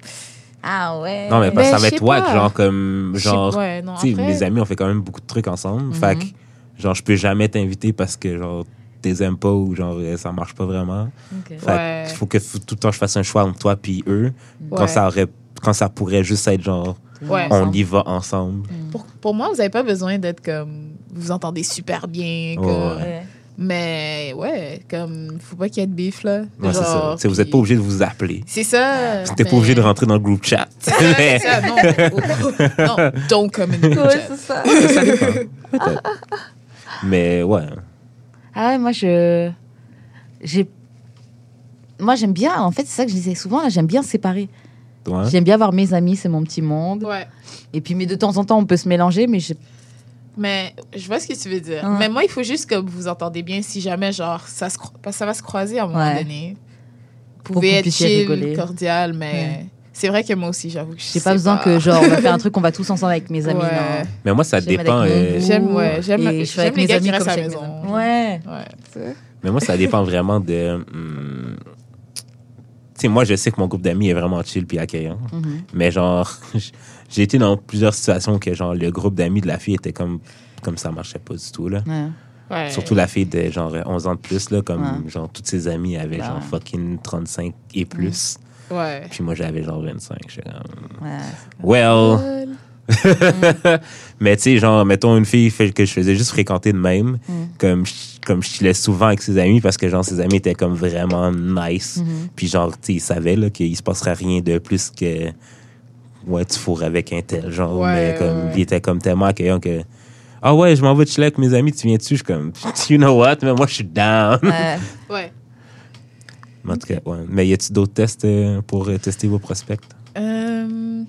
Ah ouais. Non, mais parce que Ben, ça va je être sais wack, pas. genre, comme... Je sais- Genre, ouais, non, tu sais, après- mes amis, on fait quand même beaucoup de trucs ensemble. Mhm. Fait que, genre, je peux jamais t'inviter parce que, genre, t'es aimes pas ou, genre, euh, ça marche pas vraiment. Ok. Fait Ouais. qu'il faut que f- tout le temps je fasse un choix entre toi puis eux. Quand, Ouais. ça aurait, quand ça pourrait juste être, genre, Ouais. on y va ensemble. Pour, pour moi, vous avez pas besoin d'être comme. Vous vous entendez super bien. Comme, Ouais. Ouais. Mais ouais, comme. Faut pas qu'il y ait de bif, là. Ouais, c'est ça. Genre, Tu sais, vous n'êtes puis- pas obligé de vous appeler. C'est ça. T'es mais- pas obligé de rentrer dans le groupe chat. C'est ça, c'est ça, non. non, don't come in the Ouais, chat. c'est ça. Ça dépend. Peut-être. Mais ouais. Ah ouais, moi, je. J'ai. Moi, j'aime bien, en fait, c'est ça que je disais souvent, là, j'aime bien séparer. Ouais. J'aime bien avoir mes amis, c'est mon petit monde. Ouais. Et puis, mais de temps en temps, on peut se mélanger, mais je... Mais je vois ce que tu veux dire. Ouais. Mais moi, il faut juste que vous vous entendez bien si jamais, genre, ça, se, cro- parce que ça va se croiser à un moment Ouais. donné. Vous Pour pouvez que vous être puissiez chill, rigoler. cordial, mais Ouais. c'est vrai que moi aussi, j'avoue que je J'ai sais pas besoin que, genre, on va faire un truc qu'on va tous ensemble avec mes amis. Ouais. non. Mais moi, ça J'aime dépend. avec mon euh, goût. J'aime, ouais, j'aime- Et je suis avec j'aime les mes gars qui amis restent comme à je la suis avec mes maison. amis. Ouais. Ouais. Mais moi, ça dépend vraiment de. hum, Tu sais, moi, je sais que mon groupe d'amis est vraiment chill puis accueillant. Mhm. Mais genre, j'ai été dans plusieurs situations que, genre, le groupe d'amis de la fille était comme. Comme ça marchait pas du tout, là. Ouais. Ouais. Surtout la fille de genre onze ans de plus, là, comme Ouais. genre toutes ses amies avaient Bah genre ouais. fucking trente-cinq et plus. Ouais. Puis moi j'avais genre vingt-cinq. J'étais comme, Ouais. well. Mais tu sais, genre, mettons une fille fait- que je faisais juste fréquenter de même, Mm. comme, je, comme je chillais souvent avec ses amis parce que genre ses amis étaient comme vraiment nice. Mhm. Puis genre, tu sais, ils savaient là, qu'il se passerait rien de plus que. Ouais, tu fourres avec un tel, genre. Ouais, mais comme, ouais. il était comme tellement accueillant que. Ah ouais, je m'en vais chiller avec mes amis, tu viens dessus? Je suis comme, you know what? Mais moi, je suis down. Ouais. Ouais. En tout cas, ouais. Mais y a-t-il d'autres tests euh, pour euh, tester vos prospects? Euh...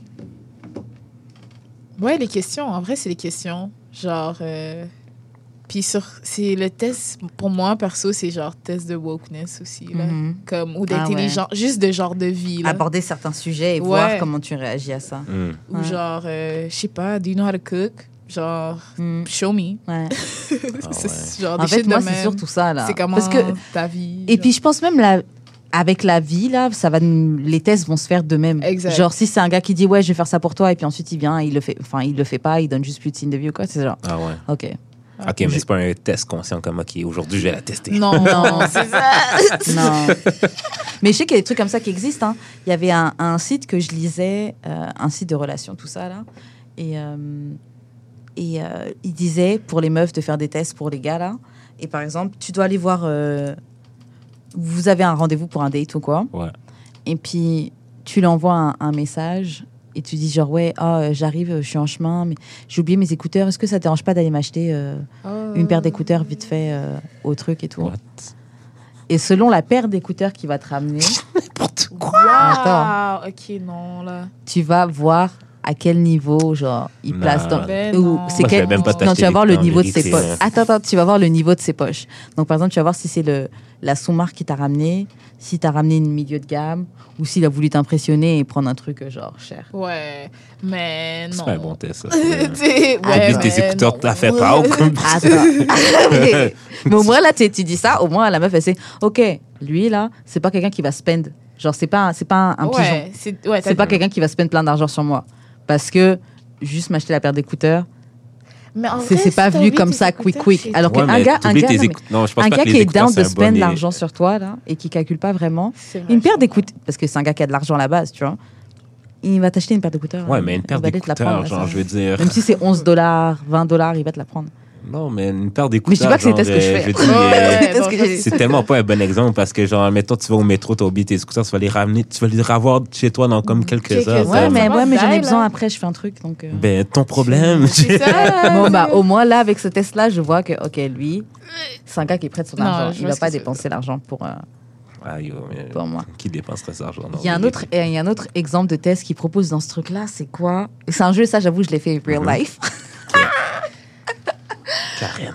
Ouais, les questions. En vrai, c'est les questions. Genre. euh, Puis sur. C'est le test. Pour moi, perso, c'est genre test de wokeness aussi. Là. Mhm. Comme, ou Ah d'intelligence. Juste de genre de vie. Là. Aborder certains sujets et Ouais. voir comment tu réagis à ça. Hmm. Ou Ouais. genre, euh, je sais pas, do you know how to cook? Genre, Mm. show me. Ouais. Ah C'est ouais. genre En des fait, shit de moi, c'est même. surtout ça, là. C'est comment Parce que, ta vie. et genre. puis, je pense même, la, avec la vie, là, ça va, nous- les tests vont se faire de même. Exact. Genre, si c'est un gars qui dit, ouais, je vais faire ça pour toi, et puis ensuite, il vient, il le fait, enfin, il le fait pas, il donne juste plus de signes de vie ou quoi, c'est genre, Ah ouais. ok. Ok, mais c'est pas un test conscient comme, ok, aujourd'hui, je vais la tester. Non, non, c'est ça. Non. Mais je sais qu'il y a des trucs comme ça qui existent. Hein. Il y avait un, un site que je lisais, euh, un site de relations, tout ça, là. Et, euh, et euh, il disait pour les meufs de faire des tests pour les gars, là. Et par exemple, tu dois aller voir. euh, vous avez un rendez-vous pour un date ou quoi. Ouais. Et puis, tu lui envoies un, un message. Et tu dis genre, ouais, ah, euh, j'arrive, je suis en chemin, mais j'ai oublié mes écouteurs. Est-ce que ça te dérange pas d'aller m'acheter euh, Oh. une paire d'écouteurs vite fait euh, au truc et tout? What? Et selon la paire d'écouteurs qu'il va te ramener, N'importe quoi. Waouh. Ok, non, là. tu vas voir à quel niveau, genre, il Non, place dans. ben ou non. c'est Moi, je quel- vais même pas non, t'acheter tu vas des voir le écouteurs niveau de en ses vérité, poches. hein. Attends, attends, tu vas voir le niveau de ses poches. Donc, par exemple, tu vas voir si c'est le, la sous-marque qui t'a ramené, si t'as ramené une milieu de gamme, ou s'il a voulu t'impressionner et prendre un truc, euh, genre, cher. Ouais, mais non. C'est pas un bon test, ça. T'sais, En ouais, plus, mais tes écouteurs, non. t'as fait pas. Comme... Attends. mais, mais au moins, là, tu tu dis ça, au moins, la meuf, elle sait, OK, lui, là, c'est pas quelqu'un qui va spend. Genre, c'est pas, c'est pas un, un pigeon. Ouais, c'est ouais, C'est pas quelqu'un qui va spend plein d'argent sur moi. Parce que juste m'acheter la paire d'écouteurs, Mais en c'est vrai, c'est pas si t'as venu oublié comme tes ça, quick, écouteurs quick. chez Alors Ouais, qu'un mais gars, un t'oublies gars, tes non, mais écoute- non, je pense un pas gars que les qui est écouteurs, down c'est de un spend bon- l'argent sur toi, là, et qui calcule pas vraiment, C'est une paire vachement- d'écouteurs, parce que c'est un gars qui a de l'argent à la base, tu vois, il va t'acheter une paire d'écouteurs. Ouais, hein. mais une paire Il va aller te la d'écouteurs, prendre, genre, ça. je veux dire. Même si c'est onze dollars, vingt dollars, il va te la prendre. Non, mais une paire d'écouteurs. Mais je dis pas que c'était ce que je genre, fais. euh, veux dire, Ouais, euh, C'était ce bon, que ça, j'ai- C'est tellement pas un bon exemple parce que, genre, mettons, tu vas au métro, t'as oublié tes écouteurs, tu vas les ramener, tu vas les revoir chez toi dans comme quelques Quelques heures. heures. Ouais, ça. mais, va ouais, mais j'en ai die, besoin là. après, je fais un truc, donc... euh. Ben, ton problème. C'est ça. Bon, bah, au moins, là, avec ce test-là, je vois que, OK, lui, c'est un gars qui prête son Non, argent. je Il vois va ce pas que c'est. dépenser l'argent pour, euh, Ah, yo, mais pour moi. qui dépenserait cet argent? Il y, a un autre, il y a un autre exemple de test qu'il propose dans ce truc-là, c'est quoi? C'est un jeu, ça, j'avoue, je l'ai fait real Mhm. life. Karen.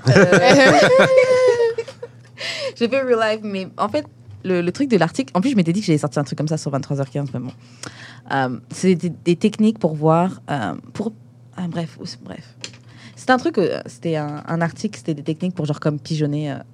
J'ai fait real life, mais en fait, le, le truc de l'article, en plus, je m'étais dit que j'allais sortir un truc comme ça sur vingt-trois heures quinze, mais bon. Euh, c'est des, des techniques pour voir, euh, pour, ah, bref, oh, c'est- bref. C'était un truc, euh, c'était un, un article, c'était des techniques pour genre comme pigeonner. euh,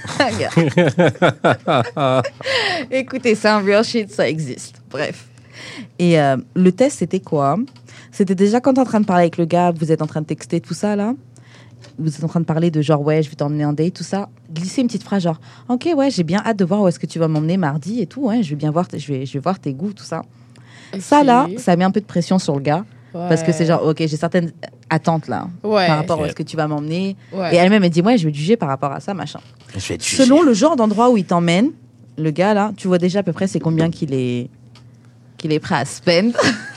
Regarde. Écoutez, c'est un real shit, ça existe. Bref. Et euh, le test, c'était quoi? C'était déjà quand t'es en train de parler avec le gars, vous êtes en train de texter, tout ça, là. Vous êtes en train de parler de genre, ouais, je vais t'emmener en date, tout ça. Glissez une petite phrase genre, ok, ouais, j'ai bien hâte de voir où est-ce que tu vas m'emmener mardi et tout. Ouais, je vais bien voir, t- je vais, je vais voir tes goûts, tout ça. Ça, là, ça met un peu de pression sur le gars. Parce que c'est genre, ok, j'ai certaines attentes, là, Ouais. par rapport à où Ok. est-ce que tu vas m'emmener. Ouais. Et elle-même, elle dit, ouais, je vais te juger par rapport à ça, machin. Je vais te juger. Selon le genre d'endroit où il t'emmène, le gars, là, tu vois déjà à peu près c'est combien qu'il est, qu'il est prêt à spend.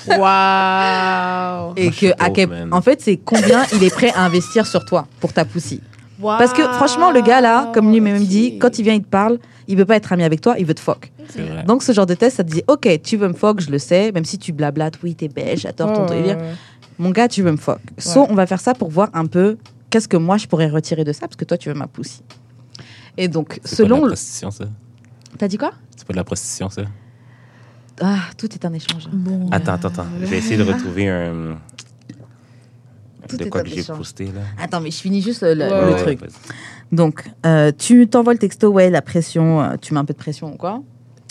Waouh. Et Moi, je suis que, à pauvre, quel- man. en fait, c'est combien il est prêt à investir sur toi pour ta poussie. Parce que franchement, le gars là, comme lui-même dit, quand il vient, il te parle, il veut pas être ami avec toi, il veut te fuck. C'est vrai. Donc ce genre de test, ça te dit, ok, tu veux me fuck, je le sais, même si tu blablates, oui, t'es belle, j'adore ton délire. Mon gars, tu veux me fuck. So, Ouais. on va faire ça pour voir un peu qu'est-ce que moi je pourrais retirer de ça, parce que toi, tu veux ma poussie. Et donc, C'est pas de selon. la le- prostitution, ça. T'as dit quoi? C'est pas de la prostitution, ça. Ah, tout est un échange. Bon, Attends, attends, attends. Je vais essayer de retrouver un. Tout de est quoi un que j'ai échange. posté, là. Attends, mais je finis juste le, le- Ouais, le ouais, truc. vas-y. Donc, euh, tu t'envoies le texto, ouais, la pression, euh, tu mets un peu de pression ou quoi.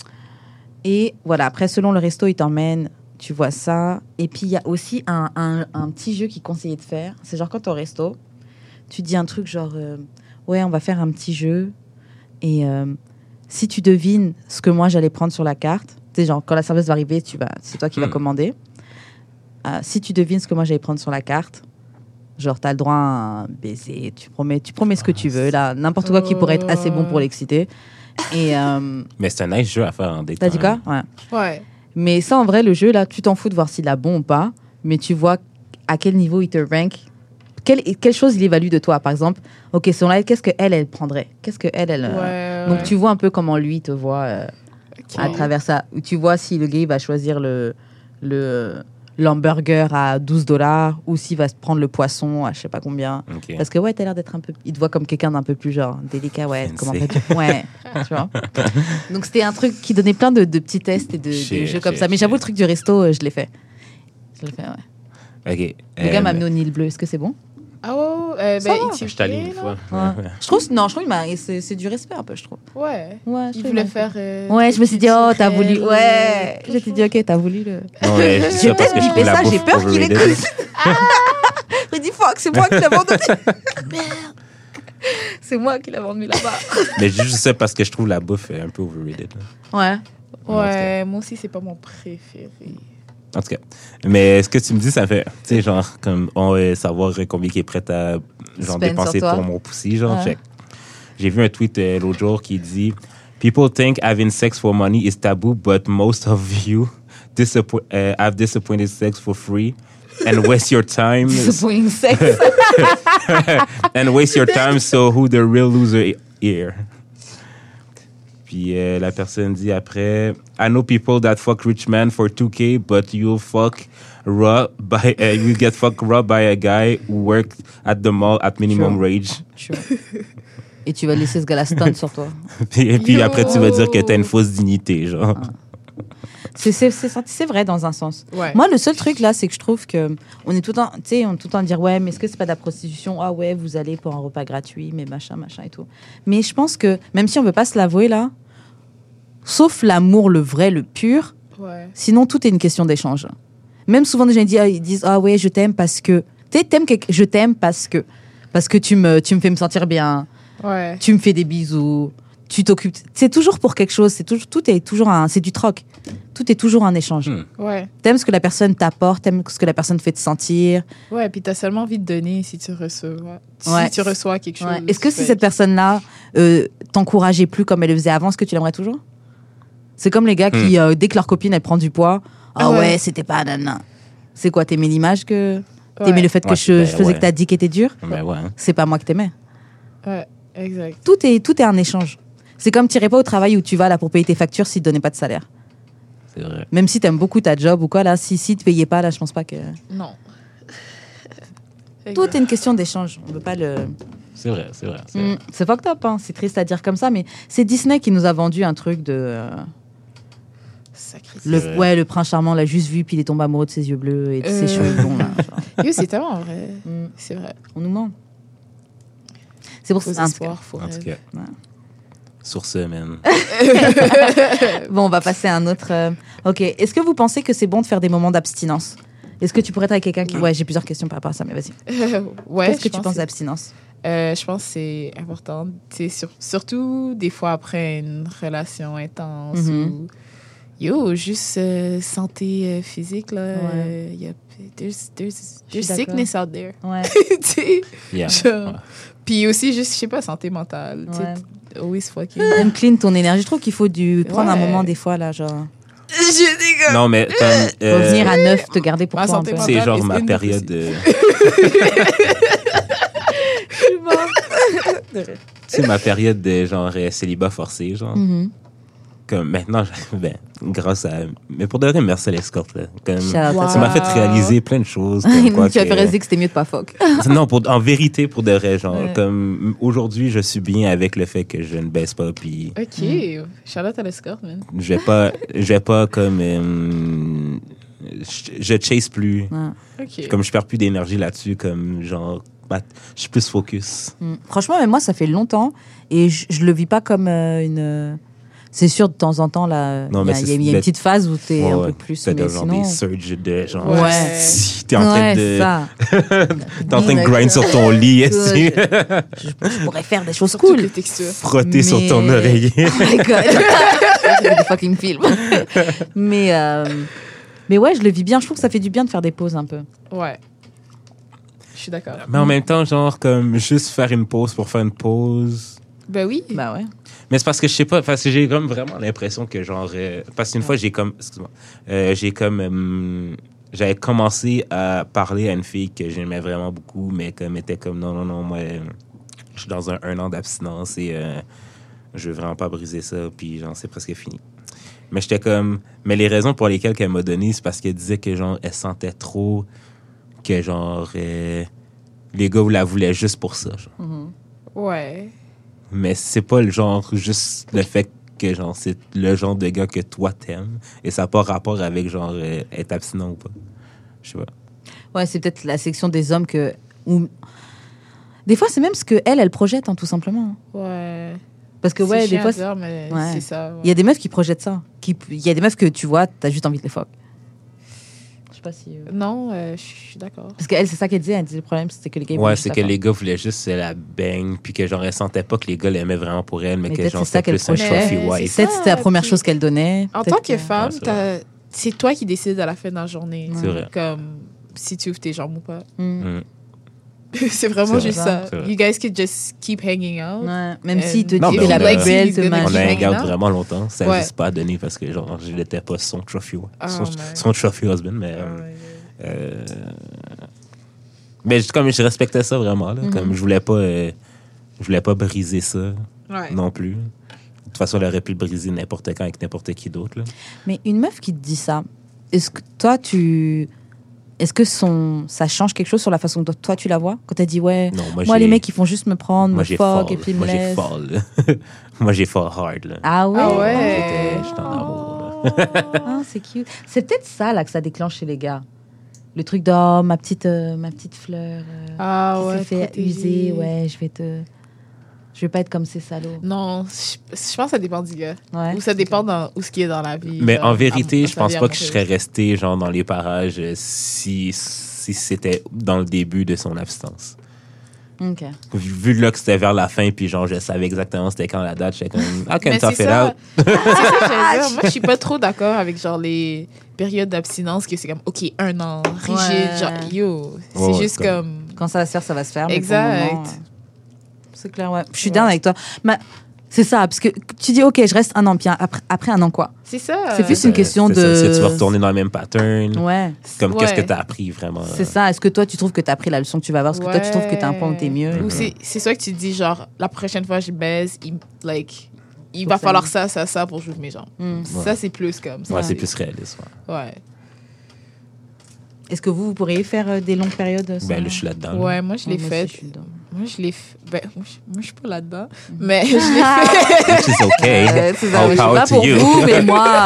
Et voilà, après, selon le resto, il t'emmène, tu vois ça. Et puis, il y a aussi un, un, un petit jeu qu'il conseillait de faire. C'est genre quand t'es au resto, tu dis un truc genre, euh, ouais, on va faire un petit jeu. Et euh, si tu devines ce que moi, j'allais prendre sur la carte, tu sais, genre, quand la serveuse va arriver, tu vas, c'est toi qui vas Hmm. commander. Euh, si tu devines ce que moi, j'allais prendre sur la carte, genre, t'as le droit à un baiser, tu promets, tu promets ce que tu veux, là, n'importe quoi qui pourrait être assez bon pour l'exciter. Et euh, Mais c'est un nice jeu à faire en date. t'as dit quand quoi? même. Ouais. Ouais. Mais ça, en vrai, le jeu, là, tu t'en fous de voir s'il a bon ou pas, mais tu vois à quel niveau il te rank, quelle, quelle chose il évalue de toi. Par exemple, ok, selon elle, qu'est-ce qu'elle, elle prendrait? Qu'est-ce qu'elle, elle... euh, Ouais. Donc, tu vois un peu comment lui te voit euh, Ok. à travers ça. Ou tu vois si le gars, il va choisir le... le l'hamburger à douze dollars ou s'il va se prendre le poisson à je sais pas combien. Ok. Parce que ouais, t'as l'air d'être un peu... Il te voit comme quelqu'un d'un peu plus genre délicat, ouais. Fancy. Comment vas-tu? Ouais, tu vois. Donc c'était un truc qui donnait plein de, de petits tests et de, de Shit, jeux comme shit, ça. Mais shit. j'avoue, le truc du resto, euh, je l'ai fait. Je l'ai fait, ouais. Ok. Le gars Euh, m'a amené au Nil bleu. Est-ce que c'est bon? Ah ouais, euh, Ça ben, va. éthiopien, Je t'allie une là. fois. Ouais. Je trouve... Non, je trouve que c'est, c'est du respect un peu, je trouve. Ouais. Ouais, je Il trouve voulait m'a- faire. euh, Ouais, je me suis dit, oh, t'as voulu... culturel, Ouais. euh, Je t'ai dit, ok, t'as voulu le... Non, mais je dis J'ai ça parce peut-être que je trouve bipé la ça, j'ai bouffe peur qu'il overrated. écoute. Je me dis, fuck, c'est moi qui l'ai vendu. Merde. C'est moi qui l'ai vendu là-bas. Mais je dis juste ça parce que je trouve la bouffe un peu overrated. là. Ouais. Ouais, moi aussi, c'est pas mon préféré. En tout cas. Mais ce que tu me dis, ça me fait, tu sais, genre, comme, on va savoir combien il est prêt à, genre, Spend dépenser sur toi. pour mon poussi, genre, Ouais. check. J'ai vu un tweet euh, l'autre jour qui dit People think having sex for money is taboo, but most of you disappo- uh, have disappointed sex for free and waste your time Disappointing sex. and waste your time. So who the real loser here? Puis euh, la personne dit après, I know people that fuck rich man for two K, but you'll fuck raw by, uh, you get fuck raw by a guy who worked at the mall at minimum Sure. wage. Sure. Et tu vas laisser ce gars-là stun sur toi. Et puis Yo. après, tu vas dire que t'as une fausse dignité, genre. C'est, c'est, c'est, c'est vrai dans un sens. Ouais. Moi, le seul truc là, c'est que je trouve que on est tout le temps, tu sais, on est tout le temps à dire ouais, mais est-ce que c'est pas de la prostitution? Ah ouais, vous allez pour un repas gratuit, mais machin, machin et tout. Mais je pense que même si on veut pas se l'avouer là, sauf l'amour, le vrai, le pur, Ouais. sinon tout est une question d'échange. Même souvent des gens ils disent, ah, ils disent ah ouais, je t'aime parce que, tu sais, t'aimes quelque... je t'aime parce que, parce que tu me, tu me fais me sentir bien, Ouais. tu me fais des bisous, tu t'occupes. C'est toujours pour quelque chose. C'est toujours, tout est toujours un, c'est du troc. Tout est toujours un échange. Hmm. Ouais. T'aimes ce que la personne t'apporte, t'aimes ce que la personne fait te sentir. Ouais, puis t'as seulement envie de donner si tu reçois, si Ouais. tu reçois quelque chose. Ouais. Est-ce que si Fait cette personne-là euh, t'encourageait plus comme elle le faisait avant, est-ce que tu l'aimerais toujours? C'est comme les gars qui, euh, dès que leur copine elle prend du poids, ah ouais, Ouais. c'était pas nanana. C'est quoi, t'aimais l'image que. Ouais. T'aimais le fait que Ouais, je, ben, je faisais ouais. que t'as dit qu'elle était dure? Mais ouais. hein. C'est pas moi que t'aimais. Ouais, exact. Tout est, tout est un échange. C'est comme t'irais pas au travail où tu vas là pour payer tes factures s'ils te donnaient pas de salaire. C'est vrai. Même si t'aimes beaucoup ta job ou quoi, là, si, si te payais pas, là, je pense pas que. Non. Tout est une question d'échange. On veut pas le. C'est vrai, c'est vrai. C'est vrai. Mm, c'est fucked up, hein. C'est triste à dire comme ça, mais c'est Disney qui nous a vendu un truc de. euh, Sacré. le, vrai. ouais, le prince charmant l'a juste vu, puis il est tombé amoureux de ses yeux bleus et de ses Euh. cheveux longs, là. genre. Yo, c'est tellement vrai. Mm, C'est vrai. on nous ment. C'est pour Faux ça. espoirs, faux En tout rêves. cas, Ouais. sur ce, man. Bon, on va passer à un autre. euh, Ok. Est-ce que vous pensez que c'est bon de faire des moments d'abstinence? Est-ce que tu pourrais être avec quelqu'un qui. Ouais, j'ai plusieurs questions par rapport à ça, mais vas-y. ouais, Qu'est-ce que je tu pense penses que- d'abstinence? Euh, je pense que c'est important. Tu sais, sur- surtout des fois après une relation intense Mhm. ou yo, juste euh, santé euh, physique là. Ouais. euh, y a, there's there's, Je suis there's d'accord. sickness out there. Ouais. Tu sais, Yeah. genre- Ouais. Puis aussi juste je sais pas santé mentale. tu sais, Ouais. t- always fucking. Même clean ton énergie. Je trouve qu'il faut du... prendre un Ouais. moment des fois, là, genre. Je dégomme. Non, mais comme. euh, Revenir à neuf, te garder pour Ma toi un santé peu. mentale. c'est genre is ma in the période pussy. de. C'est ma période de genre euh, célibat forcé, genre. Mhm. Comme maintenant, ben, grâce à. Mais pour de vrai, merci à l'escorte, là. Comme, Shout out à Wow. ça m'a fait Wow. réaliser plein de choses. Comme quoi Tu as que- fait réaliser que c'était mieux de pas fuck. Non, pour, en vérité, pour de vrai, genre, Ouais. comme aujourd'hui, je suis bien avec le fait que je ne baisse pas, puis Ok, shout out à l'escorte, man. je vais pas, je vais pas comme. euh, je, je chase plus. Ouais. Ok. Comme je perds plus d'énergie là-dessus, comme genre. bah, je suis plus focus. Mm. Franchement, même moi, ça fait longtemps et je, je le vis pas comme euh, une. euh, C'est sûr, de temps en temps, là, Non, il y a, mais il y a- c'est- il y a une mais- petite phase où t'es Ouais, un ouais. peu plus. T'as Mais genre sinon. des surges de genre. Ouais. Si t'es en train Ouais, de. ça. T'es en train de grind sur ton lit, est-ce que- je, je pourrais faire des choses Surtout cool. les textures. frotter sur ton Mais- oreiller. Oh my god. J'ai des fucking films. mais, euh, mais ouais, je le vis bien. Je trouve que ça fait du bien de faire des pauses un peu. Ouais. Je suis d'accord. Mais en même temps, genre, comme juste faire une pause pour faire une pause. Ben oui. Bah ouais. Mais c'est parce que je sais pas, parce que j'ai comme vraiment l'impression que genre. euh, parce qu'une fois, j'ai comme. Excuse-moi. Euh, j'ai comme. euh, j'avais commencé à parler à une fille que j'aimais vraiment beaucoup, mais comme était comme non, non, non, moi, euh, je suis dans un, un an d'abstinence et euh, je veux vraiment pas briser ça, puis genre, c'est presque fini. Mais j'étais comme. Mais les raisons pour lesquelles qu'elle m'a donné, c'est parce qu'elle disait que genre, elle sentait trop que genre. euh, les gars la voulaient juste pour ça. Genre. Mhm. Ouais. Mais c'est pas le genre, juste le fait que genre c'est le genre de gars que toi t'aimes et ça n'a pas rapport avec genre euh, être abstinent ou pas. Je sais pas. Ouais, c'est peut-être la section des hommes que. Ou... Des fois, c'est même ce que elle, elle projette, hein, tout simplement. Ouais. Parce que C'est ouais, des chiant fois, à dire, mais Ouais. c'est ça. ouais. il y a des meufs qui projettent ça. Qui... Il y a des meufs que tu vois, t'as juste envie de les fuck. Je sais pas si. euh, Non, euh, je suis d'accord. Parce qu'elle, c'est ça qu'elle disait. Elle disait le problème, c'était que les gars. ils Ouais, voulaient c'est juste que la les gars voulaient juste la bang puis que genre elle sentait pas que les gars l'aimaient vraiment pour elle, mais, Mais que peut-être genre c'est ça c'était qu'elle plus un projetait. trophy Mais wife. c'est Peut-être c'était la Ah, première puis- chose qu'elle donnait. En Peut-être tant que femme, Ouais, c'est t'as- c'est toi qui décides à la fin de la journée. Ouais. C'est vrai. Comme si tu ouvres tes jambes ou pas. Mm. Mm. c'est vraiment C'est juste vrai. ça. C'est vrai. You guys could just keep hanging out. Ouais, même Euh, s'il te Non, dit mais que la on a- plus belle te On a On a magie. un hanging gars out. vraiment longtemps, ça Ouais. n'existe pas à donner parce que genre je n'étais pas son trophy wife. Oh son, my son trophy husband, mais Oh euh, my God. Euh, mais je- comme je respectais ça vraiment, là, Mhm. comme je voulais pas, euh, je voulais pas briser ça Ouais. non plus. toute façon, elle aurait pu le briser n'importe quand avec n'importe qui d'autre. Là. Mais une meuf qui te dit ça, est-ce que toi, tu... Est-ce que son... ça change quelque chose sur la façon dont toi, tu la vois? Quand elle dit, ouais, Non, moi, moi j'ai- les mecs, ils font juste me prendre, Moi, me j'ai fuck, fall. et puis ils me Moi, j'ai laissent. fall. là. Moi, j'ai fall hard. Là. Ah ouais? Ah ouais. J'étais- J'étais en amour. là. Ah, c'est cute. C'est peut-être ça, là, que ça déclenche chez les gars. Le truc de, oh, ma petite, euh, ma petite fleur euh, Ah qui ouais. s'est fait protéger. user, ouais, je vais te... Je vais pas être comme ces salauds. Non, je, je pense que ça dépend du gars. Ouais. Ou ça dépend dans, où ce qui est dans la vie. Mais genre, en vérité, à- je dans pense sa vie pas que je amoureuse. serais resté genre dans les parages euh, si, si c'était dans le début de son abstinence. Ok. Vu, vu là que c'était vers la fin, puis genre je savais exactement c'était quand la date, j'étais comme I can Mais tough c'est it ça. out. C'est ça que j'allais dire. Moi, je suis pas trop d'accord avec genre les périodes d'abstinence que c'est comme, OK, un an, rigide, Ouais. genre, yo. C'est Ouais, ouais, juste comme- comme... Quand ça va se faire, ça va se faire. mais pour le Exact. moment, euh, c'est clair, ouais. Je suis Ouais. down avec toi. Mais c'est ça, parce que tu dis, ok, je reste un an, puis après, après un an, quoi? C'est ça. C'est plus Euh, une question c'est ça. de- Est-ce que tu vas retourner dans le même pattern? Ouais. Comme Ouais. qu'est-ce que tu as appris vraiment? C'est ça. Est-ce que toi, tu trouves que tu as pris la leçon que tu vas avoir? Est-ce que toi, tu trouves que tu as un point où tu es mieux? Ou c'est c'est ça que tu dis, genre, la prochaine fois que je baise, il, like, il Faut va que ça falloir aille. ça, ça, ça pour jouer mes jambes. Hmm. Ça, c'est plus comme ça. Ouais, c'est plus réaliste. Ouais. Ouais. Est-ce que vous, vous pourriez faire euh, des longues périodes sans- Ben là, je suis là-dedans. là. Ouais, moi, je l'ai Ouais, moi fait. aussi, je suis dedans. Moi, je l'ai fait. Ben, moi, je, moi, je suis pas là-dedans. Mais je l'ai fait. Which is okay. Euh, c'est ça, All je suis power là to pour you. vous, mais moi,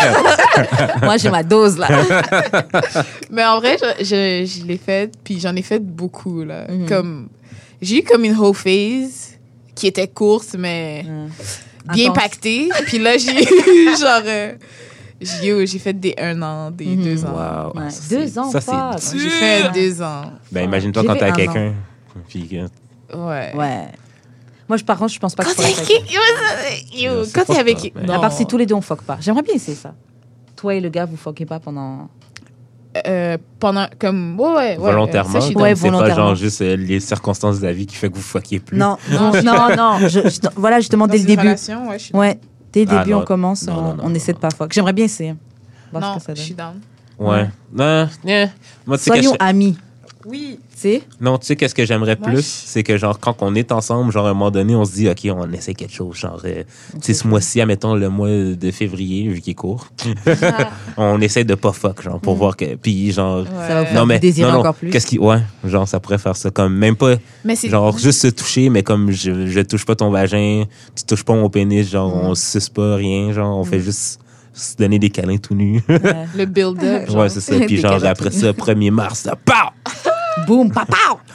moi j'ai ma dose là. Mais en vrai, je, je, je l'ai fait. Puis j'en ai fait beaucoup, là. Mhm. Comme... J'ai eu comme une whole phase qui était courte, mais bien Intense. pactée. Puis là, j'ai eu genre... euh, j'ai j'ai fait des un an, des Mhm. deux ans. Wow. Ouais, Ça, deux c'est- ans, ça, c'est fuck. dur. J'ai fait deux ans. Ben, imagine-toi J'ai quand fait t'es avec un an. quelqu'un. Puis, euh, Ouais. Ouais. Moi, je, par contre, je pense pas que Quand je t'es pourrais avec... faire Yo, Non, yo, c'est quand t'es fucked avec... up, man. ça. Non. À part si tous les deux on fuck pas. J'aimerais bien essayer ça. Toi et le gars, vous fuckez pas pendant. Euh, pendant... Comme... Ouais, ouais, ouais. volontairement. Ça, je suis donc Ouais, c'est pas volontairement. genre juste euh, les circonstances de la vie qui fait que vous fuckiez plus. Non, non, non, non. Je, je- voilà, justement, dans dès le une début. relation, ouais, je suis Ouais, dès le Ah, début, non. on commence, Non, on, non, non, on non, essaie non. de pas fuck. J'aimerais bien essayer. Voir Non, ce que ça je donne. suis down. Ouais. Non, yeah. Moi, tu sais que Soyons je- amis. Oui. Tu sais? Non, tu sais, qu'est-ce que j'aimerais Moi, plus? je- C'est que, genre, quand on est ensemble, genre, à un moment donné, on se dit, OK, on essaie quelque chose. Genre, euh, tu sais, ce mois-ci, admettons, le mois de février, vu qu'il est court, on essaie de pas fuck, genre, pour Mm. voir que. Puis, genre. Ça va vous faire Non, mais. vous désirer non, non, encore plus. Qu'est-ce qui. Ouais, genre, ça pourrait faire ça comme. Même pas. Mais c'est... Genre, juste se toucher, mais comme je, je touche pas ton vagin, tu touches pas mon pénis, genre, Mm. on se suce pas, rien, genre, on fait juste se donner des câlins tout nus. Ouais. Le build-up, genre. Ouais, c'est ça. Puis, Des genre, câlins après tout ça, premier mars, là, pow! Boum, papa!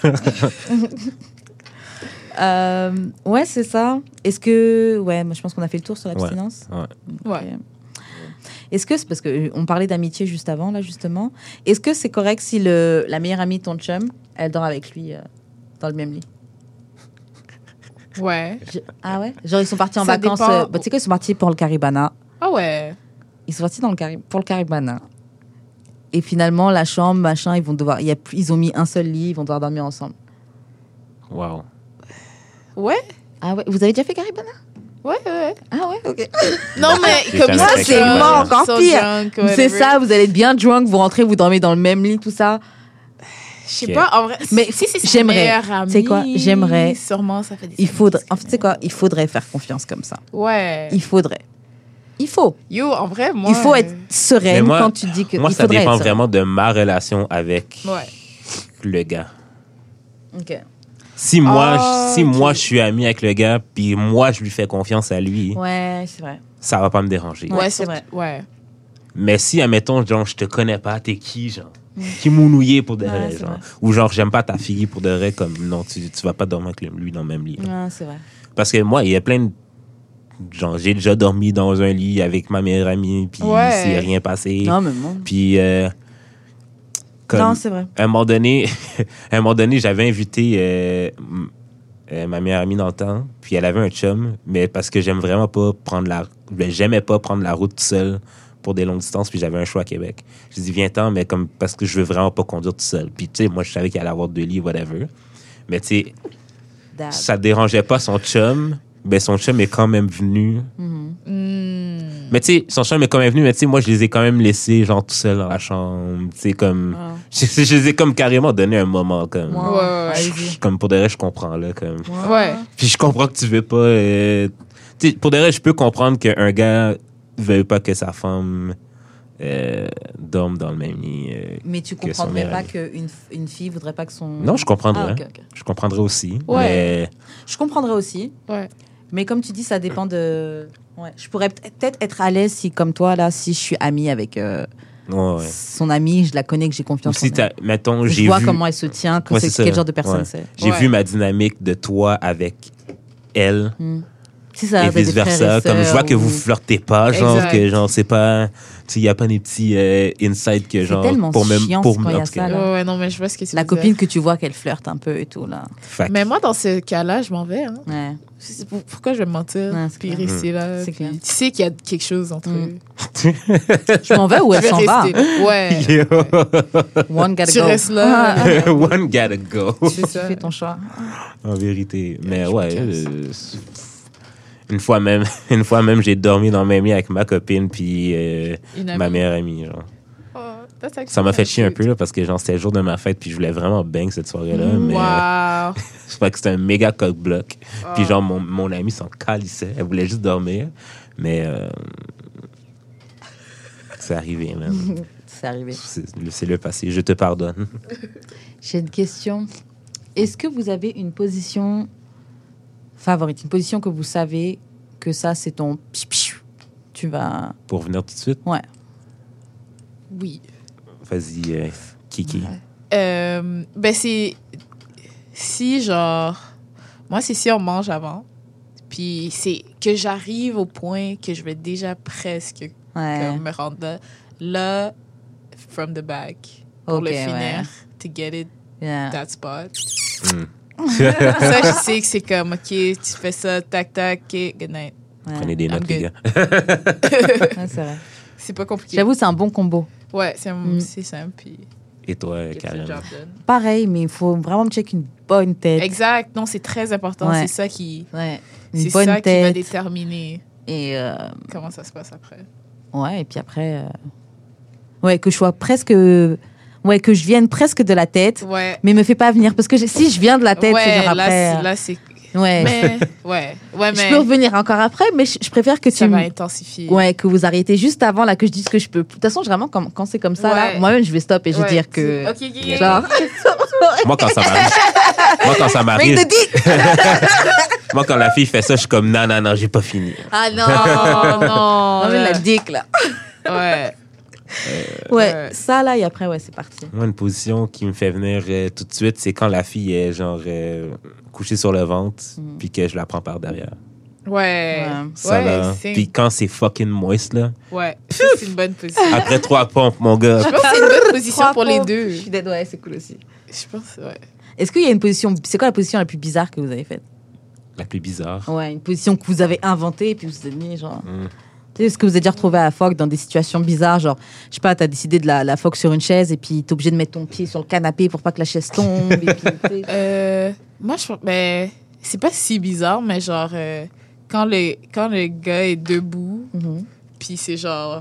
euh, ouais, c'est ça. Est-ce que. Ouais, moi, je pense qu'on a fait le tour sur l'abstinence. Ouais. Ouais. Ok. Est-ce que c'est parce qu'on parlait d'amitié juste avant, là, justement. Est-ce que c'est correct si le, la meilleure amie de ton chum, elle dort avec lui euh, dans le même lit? Ouais. Je- Ah ouais? Genre, ils sont partis en Ça vacances. dépend. euh, bah, tu sais qu'ils sont partis pour le Caribana. Ah ouais. Ils sont partis dans le Cari- pour le Caribana. Et finalement, la chambre, machin, ils vont devoir. Il y a, plus- ils ont mis un seul lit, ils vont devoir dormir ensemble. Wow. Ouais. Ah ouais? Vous avez déjà fait Caribana? Ouais, ouais. Ah ouais? Ok. Non, mais J'ai comme jamais ça, fait c'est Caribana. mort, encore so pire. drunk, C'est whatever. ça, vous allez être bien drunk, vous rentrez, vous dormez dans le même lit, tout ça. Je sais Ok. pas, en vrai. Mais si c'est sa j'aimerais. meilleure amie, Tu sais quoi? J'aimerais. Sûrement, ça fait des Il années faudrait. qu'ils En fait, tu sais quoi? Il faudrait faire confiance comme ça. Ouais. Il faudrait. Il faut. Yo, en vrai, moi. Il faut euh, être sereine Mais moi- quand tu dis que. Moi, il ça faudrait dépend être sereine. vraiment de ma relation avec Ouais. le gars. Ok. Si moi, Ah, je- si ok. moi je suis ami avec le gars, puis moi je lui fais confiance à lui, Ouais, c'est vrai. ça va pas me déranger. Ouais, Ouais, c'est c'est vrai. vrai. Ouais. Mais si, admettons, genre, je te connais pas, t'es qui, genre? Qui mounouillé pour de Ouais, vrai, c'est genre? vrai. Ou genre, j'aime pas ta fille pour de vrai, comme, non, tu, tu vas pas dormir avec lui dans le même lit. là. Ouais, c'est vrai. Parce que moi, il y a plein de. Genre, j'ai déjà dormi dans un lit avec ma meilleure amie, puis Ouais. il s'est rien passé. Non, mais bon. Puis, euh, comme, Non, c'est vrai. à un moment donné, à un moment donné, j'avais invité euh, m- euh, ma meilleure amie dans le temps, puis elle avait un chum, mais parce que j'aime vraiment pas prendre la, ben, j'aimais pas prendre la route tout seul pour des longues distances, puis j'avais un choix à Québec. Je dis viens-t'en, mais comme parce que je veux vraiment pas conduire tout seul. Puis tu sais, moi je savais qu'il allait avoir deux lits, whatever. Mais tu sais, Dab. ça dérangeait pas son chum. Ben son chum est quand même venu. Mhm. Hmm. Mais tu sais, son chum est quand même venu, mais tu sais, moi je les ai quand même laissés genre tout seul dans la chambre. Tu sais, comme. Ah. Je, je les ai comme carrément donné un moment, comme. Ouais, Ouais, ouais, allez-y. Comme pour de vrai, je comprends, là, comme. Ouais. Puis je comprends que tu veux pas. euh, Tu sais, pour de vrai, je peux comprendre qu'un gars veuille pas que sa femme euh, dorme dans le même lit. euh, Mais tu que son comprendrais meilleur pas ami. qu'une une fille voudrait pas que son... Non, je comprendrais. Ah, ok, ok. Je comprendrais aussi. Ouais. Mais Je comprendrais aussi. Ouais. Mais comme tu dis, ça dépend de... Ouais. Je pourrais peut-être être à l'aise si, comme toi, là, si je suis amie avec euh, ouais, ouais. son amie, je la connais, que j'ai Ou confiance si en elle. t'as, mettons, Je j'ai vois vu, comment elle se tient, que Ouais, c'est c'est quel ça. genre de personne Ouais. c'est. j'ai Ouais. vu ma dynamique de toi avec elle Hmm. Si ça et avait des vice frères versa. et Comme je vois sœurs que vous ou- flirtez pas, genre Exact. que genre c'est pas, tu sais, il y a pas des petits euh, insights que C'est genre tellement pour même chiant, pour quand il y a en tout ça, cas. là. Ouais, ouais, non, mais je vois ce que tu La veux dire. copine que tu vois qu'elle flirte un peu et tout, là. Fait que- Mais moi, dans ce cas-là, je m'en vais. Hein. Ouais. C'est pour- Pourquoi je vais me mentir? Ouais, c'est puis clair. rester là. C'est puis clair. Tu sais qu'il y a quelque chose entre Mm. eux. Je m'en vais ou Je elle vais s'en va. rester là. Ouais. Yo. One gotta Tu go. restes là. Ah, One gotta go. C'est tu ça. fais ton choix. En vérité. Mais je ouais. me casse. euh, c'est- une fois même, une fois même, j'ai dormi dans le même lit avec ma copine puis euh, Une amie. ma meilleure amie. Genre. Oh, that's actually Ça m'a fait chier un cute. peu là, parce que genre c'était le jour de ma fête puis je voulais vraiment bang cette soirée-là. Mais Wow. je crois que c'était un méga cock-block. Puis Oh. genre mon, mon amie s'en calissait. Elle voulait juste dormir. Mais euh, c'est arrivé, man. C'est arrivé. C'est c'est le passé. Je te pardonne. J'ai une question. Est-ce que vous avez une position favorite, une position que vous savez que ça, c'est ton... psh, psh, tu vas... Pour venir tout de suite, Ouais. Oui. vas-y, euh, Kiki. Euh, ben, c'est. Si, genre. Moi, c'est si on mange avant. Puis c'est que j'arrive au point que je vais déjà presque Ouais. comme me rendre là. Là, from the back. Pour Ok, le finir. ouais. To get it, Yeah. that spot. Hmm. Ça, je sais que c'est comme, OK, tu fais ça, tac, tac, OK, good night. Ouais. Prenez des I'm notes, les good. gars. Ouais, c'est vrai. C'est pas compliqué. J'avoue, c'est un bon combo. Ouais, c'est Mm. c'est simple. Puis, Et toi, get the Karen? job done. Pareil, mais il faut vraiment me check une bonne tête. Exact. Non, c'est très important. Ouais. C'est ça qui, Ouais. Une c'est bonne ça qui va tête. déterminer Et euh, comment ça se passe après. ouais, et puis après, euh, ouais, que je sois presque, ouais, que je vienne presque de la tête, Ouais. mais me fais pas venir parce que j'ai- si je viens de la tête, c'est ouais, genre là, après. c'est- là, c'est. Ouais. Mais, ouais. Ouais, mais. Je peux revenir encore après, mais je, je préfère que ça tu va me- intensifier. ouais, que vous arrêtez juste avant là que je dise que je peux. De toute façon, vraiment quand, quand c'est comme ça là, Ouais. moi-même je vais stop et je vais Ouais, dire que Ok, ok, ok. genre Moi, quand ça m'arrive, moi, quand ça Bring m'arrive, the dick. moi, quand la fille fait ça, je suis comme, non, non, non, j'ai pas fini. Ah non. Oh non. Non mais là. la dick là. Ouais. Ouais, Ouais. ça là et après ouais, c'est parti. Moi, une position qui me fait venir euh, tout de suite, c'est quand la fille est genre euh, couchée sur le ventre, Mm. puis que je la prends par derrière. Ouais. Ouais. Ça, Ouais, là. c'est- Puis quand c'est fucking moist, là, Ouais. Ça, c'est une bonne position. après trois pompes, mon gars. Je pense que c'est une bonne position Trois pour les pompes. deux. Je suis dead, ouais, c'est cool aussi. Je pense, ouais. Est-ce qu'il y a une position, c'est quoi la position la plus bizarre que vous avez faite? La plus bizarre. Ouais, une position que vous avez inventée et puis vous vous êtes mis genre. Mm. Tu sais, est-ce que vous êtes déjà retrouvé à la F O C dans des situations bizarres, genre, je sais pas, t'as décidé de la, la F O C sur une chaise et puis t'es obligé de mettre ton pied sur le canapé pour pas que la chaise tombe. et puis, tu sais. Euh, moi, je ben, c'est pas si bizarre, mais genre, euh, quand, le, quand le gars est debout, Mhm. puis c'est genre,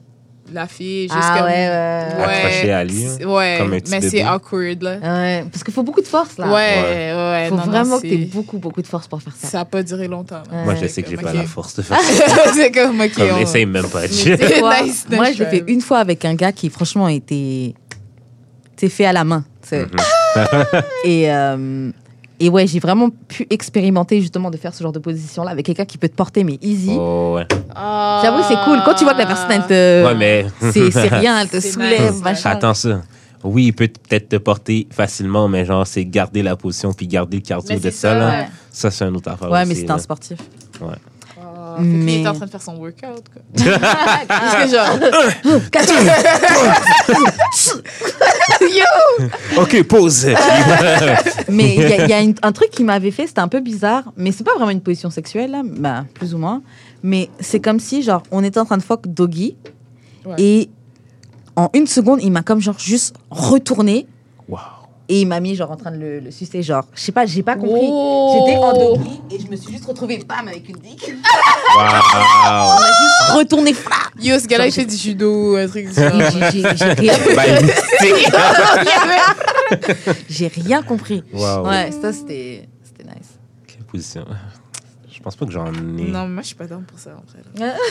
la fille est juste Ah comme. ouais, ouais. Accrochée à lui, c'est- Ouais, comme un petit mais bébé. c'est awkward, là. Ouais, parce qu'il faut beaucoup de force là. Ouais, ouais, ouais. Il faut non, non, vraiment que c'est- t'aies beaucoup, beaucoup de force pour faire ça. Ça a pas duré longtemps. là. Ouais. Moi, je sais que j'ai comme, pas ok. la force de faire ça. c'est comme, ok. Comme, on- essaye même pas. Mais tu sais quoi? Nice, nice Moi, je l'ai try. fait une fois avec un gars qui, franchement, était. C'est fait à la main. tu sais. Mhm. Et, euh, et ouais, j'ai vraiment pu expérimenter justement de faire ce genre de position-là avec quelqu'un qui peut te porter, mais easy. Oh, ouais. Ah. J'avoue, c'est cool. Quand tu vois que la personne, elle te. Ouais, mais. C'est c'est rien, elle te C'est soulève, nice, machin. Attends ça. Oui, il peut peut-être te porter facilement, mais genre, c'est garder la position puis garder le cardio Mais de c'est ça, ça, là. ouais. Ça, c'est un autre affaire Ouais, aussi, mais c'est là. un sportif. Ah, fait que lui, il Mais- est en train de faire son workout, quoi. Parce que genre. OK, pause. Mais il y a, il y a une- un truc qui m'avait fait, c'était un peu bizarre, mais c'est pas vraiment une position sexuelle, là, bah, plus ou moins. Mais c'est comme si, genre, on était en train de fuck Doggy, Ouais. et en une seconde, il m'a comme, genre, juste retourné, Wow. et il m'a mis, genre, en train de le, le sucer, genre, je sais pas, j'ai pas compris. Oh. J'étais en Doggy, et je me suis juste retrouvée, bam, avec une dick. Wow. On a juste retourné, fla. Yo, ce gars-là, il Genre, fait du judo, un truc du Et genre. j'ai- j'ai- J'ai rien, Ben, c'est- j'ai rien compris. Wow. Ouais, ça, c'était c'était nice. Quelle position. Je pense pas que j'en ai. Non, moi, je suis pas down pour ça, en vrai. là.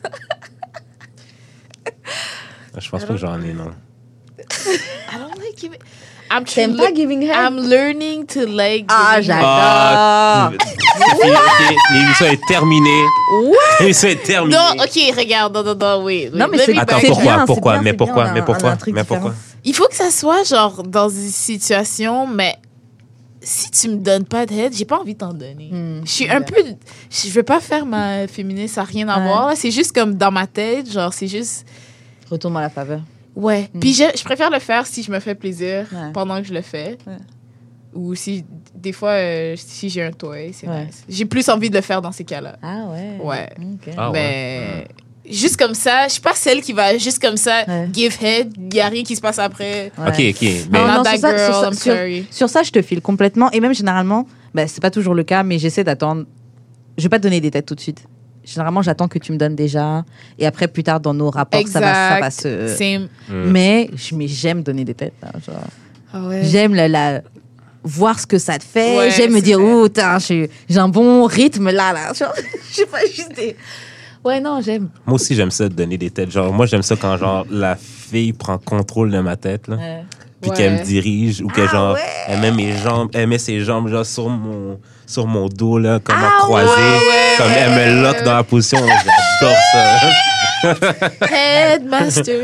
Je pense pas que j'en ai, non. I don't like giving... I'm T'aimes trying- pas giving head? I'm learning to like Ah, giving head. Ah, c'est fini, ok. L'émission est terminée. L'émission est terminée. Non, ok, regarde, non, non, non, oui. oui. Non, mais Let c'est me Attends, back- c'est pourquoi, bien, pourquoi, c'est bien, mais c'est pourquoi, bien, mais on a- pourquoi, on a un truc mais pourquoi? différent. Il faut que ça soit genre dans une situation, mais si tu me donnes pas d'aide, j'ai pas envie de t'en donner. Hmm, je suis ok. un peu. Je veux pas faire ma féministe, ça n'a rien à Ouais. voir. là. C'est juste comme dans ma tête, genre, c'est juste. Retourne à la faveur. Ouais. Hmm. Puis je, je préfère le faire si je me fais plaisir Ouais. pendant que je le fais. Ouais. Ou si, des fois, euh, si j'ai un toy, c'est Ouais. nice. J'ai plus envie de le faire dans ces cas-là. Ah ouais. Ouais. Ok. Ah ouais. mais. Juste comme ça, je suis pas celle qui va juste comme ça Ouais. give head, il y a rien qui se passe après. Ouais. Ok, ok. Mais Ah, Not non, that sur ça- girl, sur ça- I'm sur- sorry. Sur ça, je te file complètement. Et même généralement, ben, c'est pas toujours le cas, mais j'essaie d'attendre. Je vais pas te donner des têtes tout de suite. Généralement, j'attends que tu me donnes déjà. Et après, plus tard, dans nos rapports, ça va, ça va Exact. se. Same. Hmm. Mais, je- mais j'aime donner des têtes. hein, genre. Ah ouais. J'aime la, la- voir ce que ça te fait. Ouais, J'aime me c'est dire, vrai. oh, tain, j'ai j'ai un bon rythme là, là. Genre, je sais pas, juste des. Ouais, non, j'aime. moi aussi, j'aime ça de donner des têtes. Genre, moi, j'aime ça quand, genre, la fille prend contrôle de ma tête, là. Ouais. Puis Ouais. qu'elle me dirige ou que, Ah genre, ouais. elle met mes jambes, elle met ses jambes, genre, sur mon, sur mon dos, là, comme Ah à croiser. ouais. Comme elle me lock dans la position. J'adore ça. Headmaster.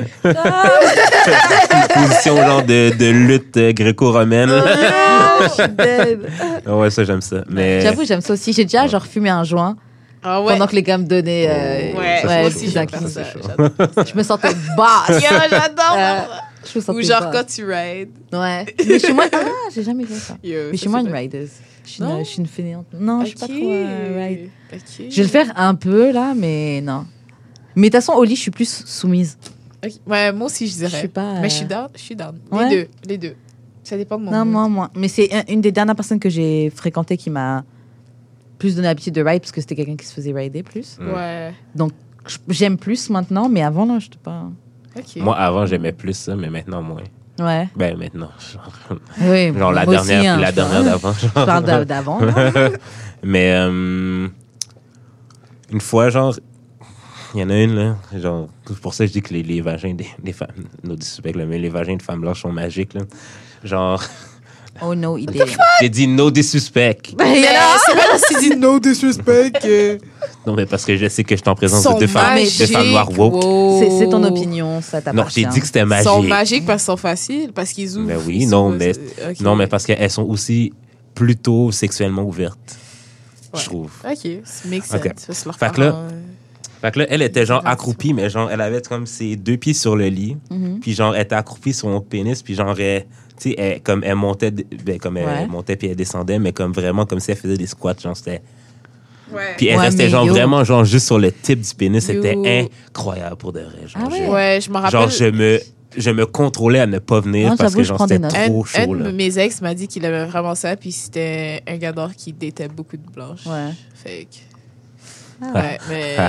Une position, genre, de, de lutte euh, gréco-romaine. Ah, je suis dead. Ouais, ça, j'aime ça. Mais. J'avoue, j'aime ça aussi. J'ai déjà genre fumé un joint Ah ouais. pendant que les gars me donnaient. euh, Ouais, Ça, moi c'est aussi, chaud. j'aime Zach. faire ça. C'est chaud. J'adore. Je me sentais basse. Yo, j'adore. Euh, je me sentais Ou genre basse. quand tu rides. Ouais. Mais chez moi, ah, j'ai jamais fait ça. Yo, Mais ça, chez moi, c'est une vrai. rideuse. Je suis, Non? une, je suis une fainéante. Non, je suis pas Ok. trop euh, ride. Ok. Je vais le faire un peu là, mais non. Mais de toute façon, au lit, je suis plus soumise. Ok. Ouais, moi aussi, je Je dirais. suis pas. euh, Mais je suis down. Je suis down. Les Ouais. deux. Les deux. Ça dépend de mon Non, mood. moi, moi. Mais c'est un- une des dernières personnes que j'ai fréquentées qui m'a plus donné l'habitude de ride parce que c'était quelqu'un qui se faisait rider plus. Mm. Ouais. Je- J'aime plus maintenant, mais avant, là, je n'étais pas. Ok. Moi, avant, j'aimais plus ça, mais maintenant, moins. Ouais. Ben, maintenant. Genre, Oui, genre la moi aussi, dernière, hein, puis la je dernière d'avant. Je parle d'a- d'avant. là. Mais euh, une fois, genre, il y en a une, là, genre, pour ça, je dis que les, les vagins des, des femmes, nos suspects, là, mais les vagins de femmes blanches sont magiques, là. Genre, Oh no, il est. j'ai dit no disrespect. Mais c'est pas parce que tu dis no disrespect que. Non, mais parce que je sais que je suis en présence Sont de deux femmes, magiques. de femmes noires woke. Wow. C'est c'est ton opinion, ça Non, t'appartient. j'ai dit que c'était Ils magique. sont magiques parce qu'ils sont faciles, parce qu'ils ouvrent. Mais oui, ils non, sont- mais- ok. Non, mais parce qu'elles sont aussi plutôt sexuellement ouvertes, Ouais. je trouve. Ok, ça make sense. Ok. Parce que leurs Fait que là- parents, euh, Fait que là, elle était genre Grave. accroupie, mais genre, elle avait comme ses deux pieds sur le lit. Mhm. Puis genre, elle était accroupie sur mon pénis. Puis genre, elle, tu sais, elle- comme elle montait, ben, comme elle Ouais. montait puis elle descendait, mais comme vraiment comme si elle faisait des squats. Genre, c'était... Ouais. Puis elle Ouais, restait mais genre yo. vraiment genre juste sur le type du pénis. C'était Yo. incroyable pour de vrai. Genre, Ah ouais? je, Ouais, je me rappelle. genre je, me, je me contrôlais à ne pas venir Ah, parce j'avoue, que je genre, prends des c'était notes. un, trop un chaud. de Là. mes ex m'a dit qu'il aimait vraiment ça, puis c'était un gars d'or qui datait beaucoup de blanches. Ouais. Fait que. Ah. Ouais, mais.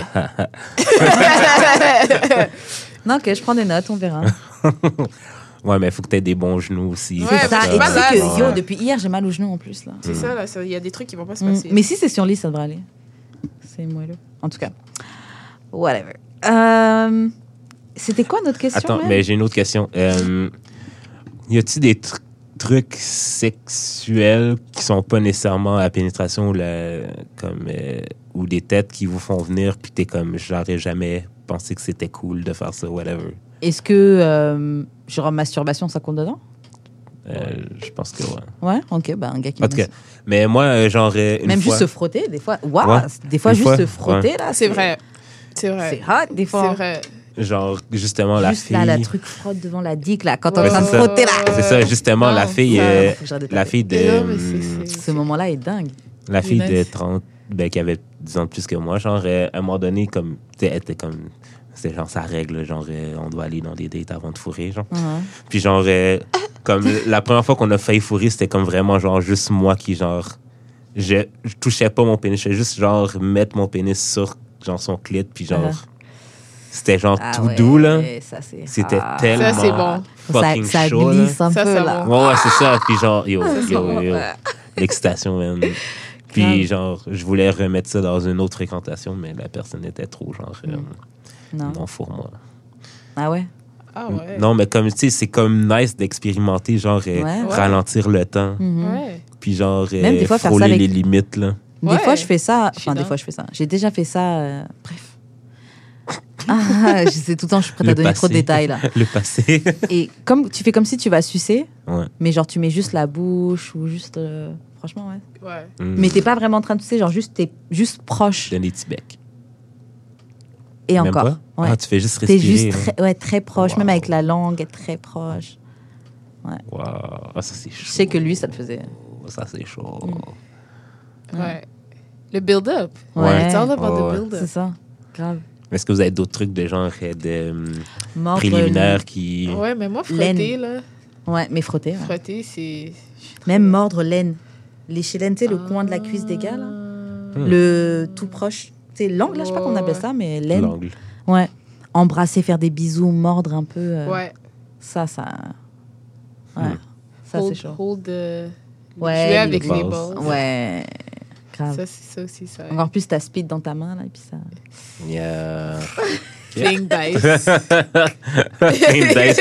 Non, ok, je prends des notes, on verra. Ouais, mais il faut que tu aies des bons genoux aussi. Ouais, c'est ça. mais Et c'est tu pas sais ça, que, c'est yo, ça. depuis hier, j'ai mal aux genoux en plus. Là. C'est ça, là. ça- Il y a des trucs qui vont pas se Mm. passer. Mais si c'est sur lit, ça devrait aller. C'est moelleux. En tout cas, whatever. Euh, C'était quoi notre question? Attends, même? mais j'ai une autre question. Euh, y a-t-il des tr- trucs sexuels qui sont pas nécessairement à la pénétration ou, la, comme, euh, ou des têtes qui vous font venir puis t'es comme j'aurais jamais pensé que c'était cool de faire ça, whatever. Est-ce que, euh, genre, masturbation, ça compte dedans? Euh, je pense que ouais. Ouais, ok, bah un gars qui En tout cas, masturbe. mais moi, euh, genre euh, une Même fois, juste se frotter, des fois. Waouh, Ouais. des fois, Une juste fois, se frotter, là. C'est vrai. C'est vrai. C'est hot, des C'est fois. vrai. genre justement la Juste fille. là, le truc frotte devant la dick, là, quand on Ouais, est en train de c'est ça. frotter, là. C'est ça, justement, Non, la fille, ça- euh, Faut que j'arrête de la taper. fille de, Non, mais c'est- hum, c'est- Ce moment-là est dingue. la fille de Nice. trente, ben, qui avait dix ans de plus que moi, genre, euh, à un moment donné, comme, tu sais, elle était comme, c'était genre sa règle, genre, euh, on doit aller dans des dates avant de fourrer, genre. Ouais. Puis genre, euh, comme la première fois qu'on a failli fourrer, c'était comme vraiment, genre, juste moi qui, genre, je, je touchais pas mon pénis, je faisais juste, genre, mettre mon pénis sur, genre, son clit, puis genre, Uh-huh. c'était genre Ah tout ouais, doux, là. ça, c'est C'était ah. tellement Ça, c'est bon. fucking ça, ça chaud, là. glisse un Ça, peu, ça là. va. Ouais, ouais, c'est ça. Puis genre, yo, Ça, c'est yo, bon. yo, l'excitation, man. Puis, Grave. genre, je voulais remettre ça dans une autre fréquentation, mais la personne était trop, genre, euh, Non. non, pour moi. Ah ouais? Ah ouais. Non, mais comme, tu sais, c'est comme nice d'expérimenter, genre, euh, Ouais. ralentir le temps. Mhm. Ouais. Puis, genre, euh, Même des fois, faire ça frôler avec- les limites, là. Des Ouais. fois, je fais ça. Je suis Enfin, des down. fois, je fais ça. J'ai déjà fait ça. euh, Bref. Ah, je sais tout le temps, je suis prête Le à donner passé. trop de détails là. Le passé. Et comme tu fais comme si tu vas sucer, Ouais. mais genre tu mets juste la bouche ou juste. euh, Franchement, ouais. Ouais. Mm. Mais t'es pas vraiment en train de sucer, genre juste t'es juste proche. Donne des petits becs. Et Même encore. pas? Ouais. Ah, tu fais juste T'es respirer. juste là. très, ouais, très proche, Wow. même avec la langue, être très proche. Wow. Ah, ça, c'est chaud. Je sais que lui, ça le faisait. Ça, c'est chaud. Mm. Ouais. Le build-up. Ouais. It's all about Ouais, the ouais. build-up. C'est ça. Grave. Est-ce que vous avez d'autres trucs de genre euh, de hum, Mordre. préliminaires qui. Ouais, mais moi, frotter, Laine. là. Ouais, mais frotter. ouais. Frotter, c'est. Même mordre laine. Lécher laine, tu sais, le coin de la cuisse des gars, là. Hmm. Le tout proche. Tu sais, l'angle, là, je sais pas comment on appelle Ouais. ça, mais laine. L'angle. Ouais. Embrasser, faire des bisous, mordre un peu. euh, Ouais. Ça, ça. Ouais. Hmm. Ça, c'est hold, chaud. hold the- Ouais, Jouer les avec les balls. balls. Ouais. Grave. Ça, c'est ça aussi, ça. Encore plus, t'as speed dans ta main, là, et puis ça. Yeah. Playing dice. Playing dice.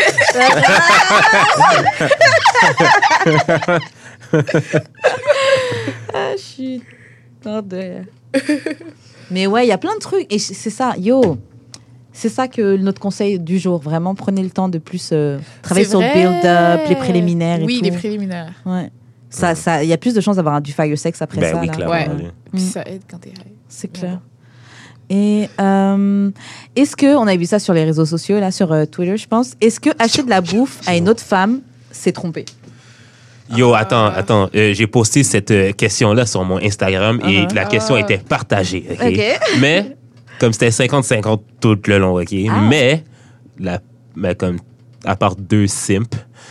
Ah, chut. Mais ouais, il y a plein de trucs. Et c'est ça, yo. C'est ça que notre conseil du jour. Vraiment, prenez le temps de plus euh, travailler C'est sur le vrai. build-up, les préliminaires et Oui, tout. les préliminaires. Ouais. Ça, ça, il y a plus de chances d'avoir du fire sex après Ben ça. oui, là. clairement. Ouais. là. Puis Mm. ça aide quand t'es high. C'est clair. Et euh, est-ce que, on a vu ça sur les réseaux sociaux, là, sur euh, Twitter, je pense, est-ce que acheter de la bouffe à une autre femme, c'est tromper? Yo, attends, attends. Euh, j'ai posté cette euh, question-là sur mon Instagram et Uh-huh. la question Ah. était partagée. OK? OK. Mais, comme c'était cinquante cinquante tout le long, OK? Ah. Mais, la, mais comme, à part deux simps,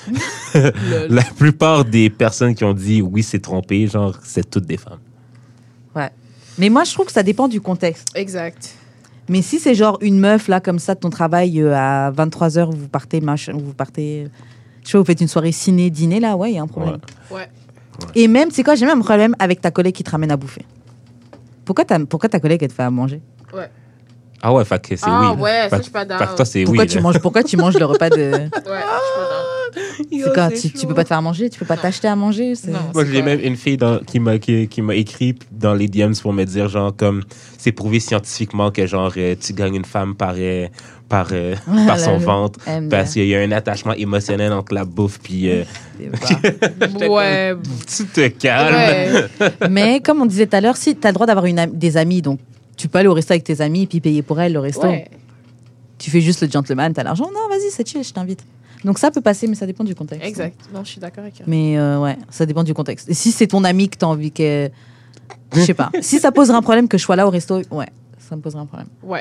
Lol. la plupart des personnes qui ont dit oui, c'est trompé, genre, c'est toutes des femmes. Ouais. Mais moi, je trouve que ça dépend du contexte. Exact. Mais si c'est genre une meuf, là, comme ça, de ton travail, euh, à vingt-trois heures, vous partez, machin, vous partez... euh, Je sais pas, vous faites une soirée ciné, dîner, là, ouais, il y a un problème. Ouais. Ouais. Et même, c'est quoi, j'ai même un problème avec ta collègue qui te ramène à bouffer. Pourquoi, ta- pourquoi ta collègue, elle te fait à manger? Ouais. Ah ouais, fait que c'est Ah oui. là. ouais, Fait ça, que- je suis pas fait que down. toi, c'est Pourquoi, oui. tu là. manges, pourquoi tu manges le repas de... Ouais, je suis pas down. C'est quoi, tu, tu peux pas te faire à manger? Tu peux pas Non. t'acheter à manger? c'est- Non. Moi, c'est j'ai quoi? même une fille dans- qui m'a qui, qui m'a écrit dans les D Ms pour me dire, genre, comme, c'est prouvé scientifiquement que, genre, euh, tu gagnes une femme par, euh, par, euh, Ouais, par la- son le- ventre. M D. Parce qu'il y a un attachement émotionnel entre la bouffe puis euh, C'est pas- Ouais. tu te calmes. Ouais. Mais comme on disait tout à l'heure, si tu as le droit d'avoir une am- des amis, donc tu peux aller au resto avec tes amis et puis payer pour elle le resto. Ouais. Tu fais juste le gentleman, t'as l'argent. Non, vas-y, c'est chill, je t'invite. Donc ça peut passer, mais ça dépend du contexte. Exact. Non, je suis d'accord avec elle. Mais euh, ouais, ça dépend du contexte. Et si c'est ton ami que t'as envie que... Je sais pas. Si ça poserait un problème que je sois là au resto, ouais, ça me poserait un problème. Ouais.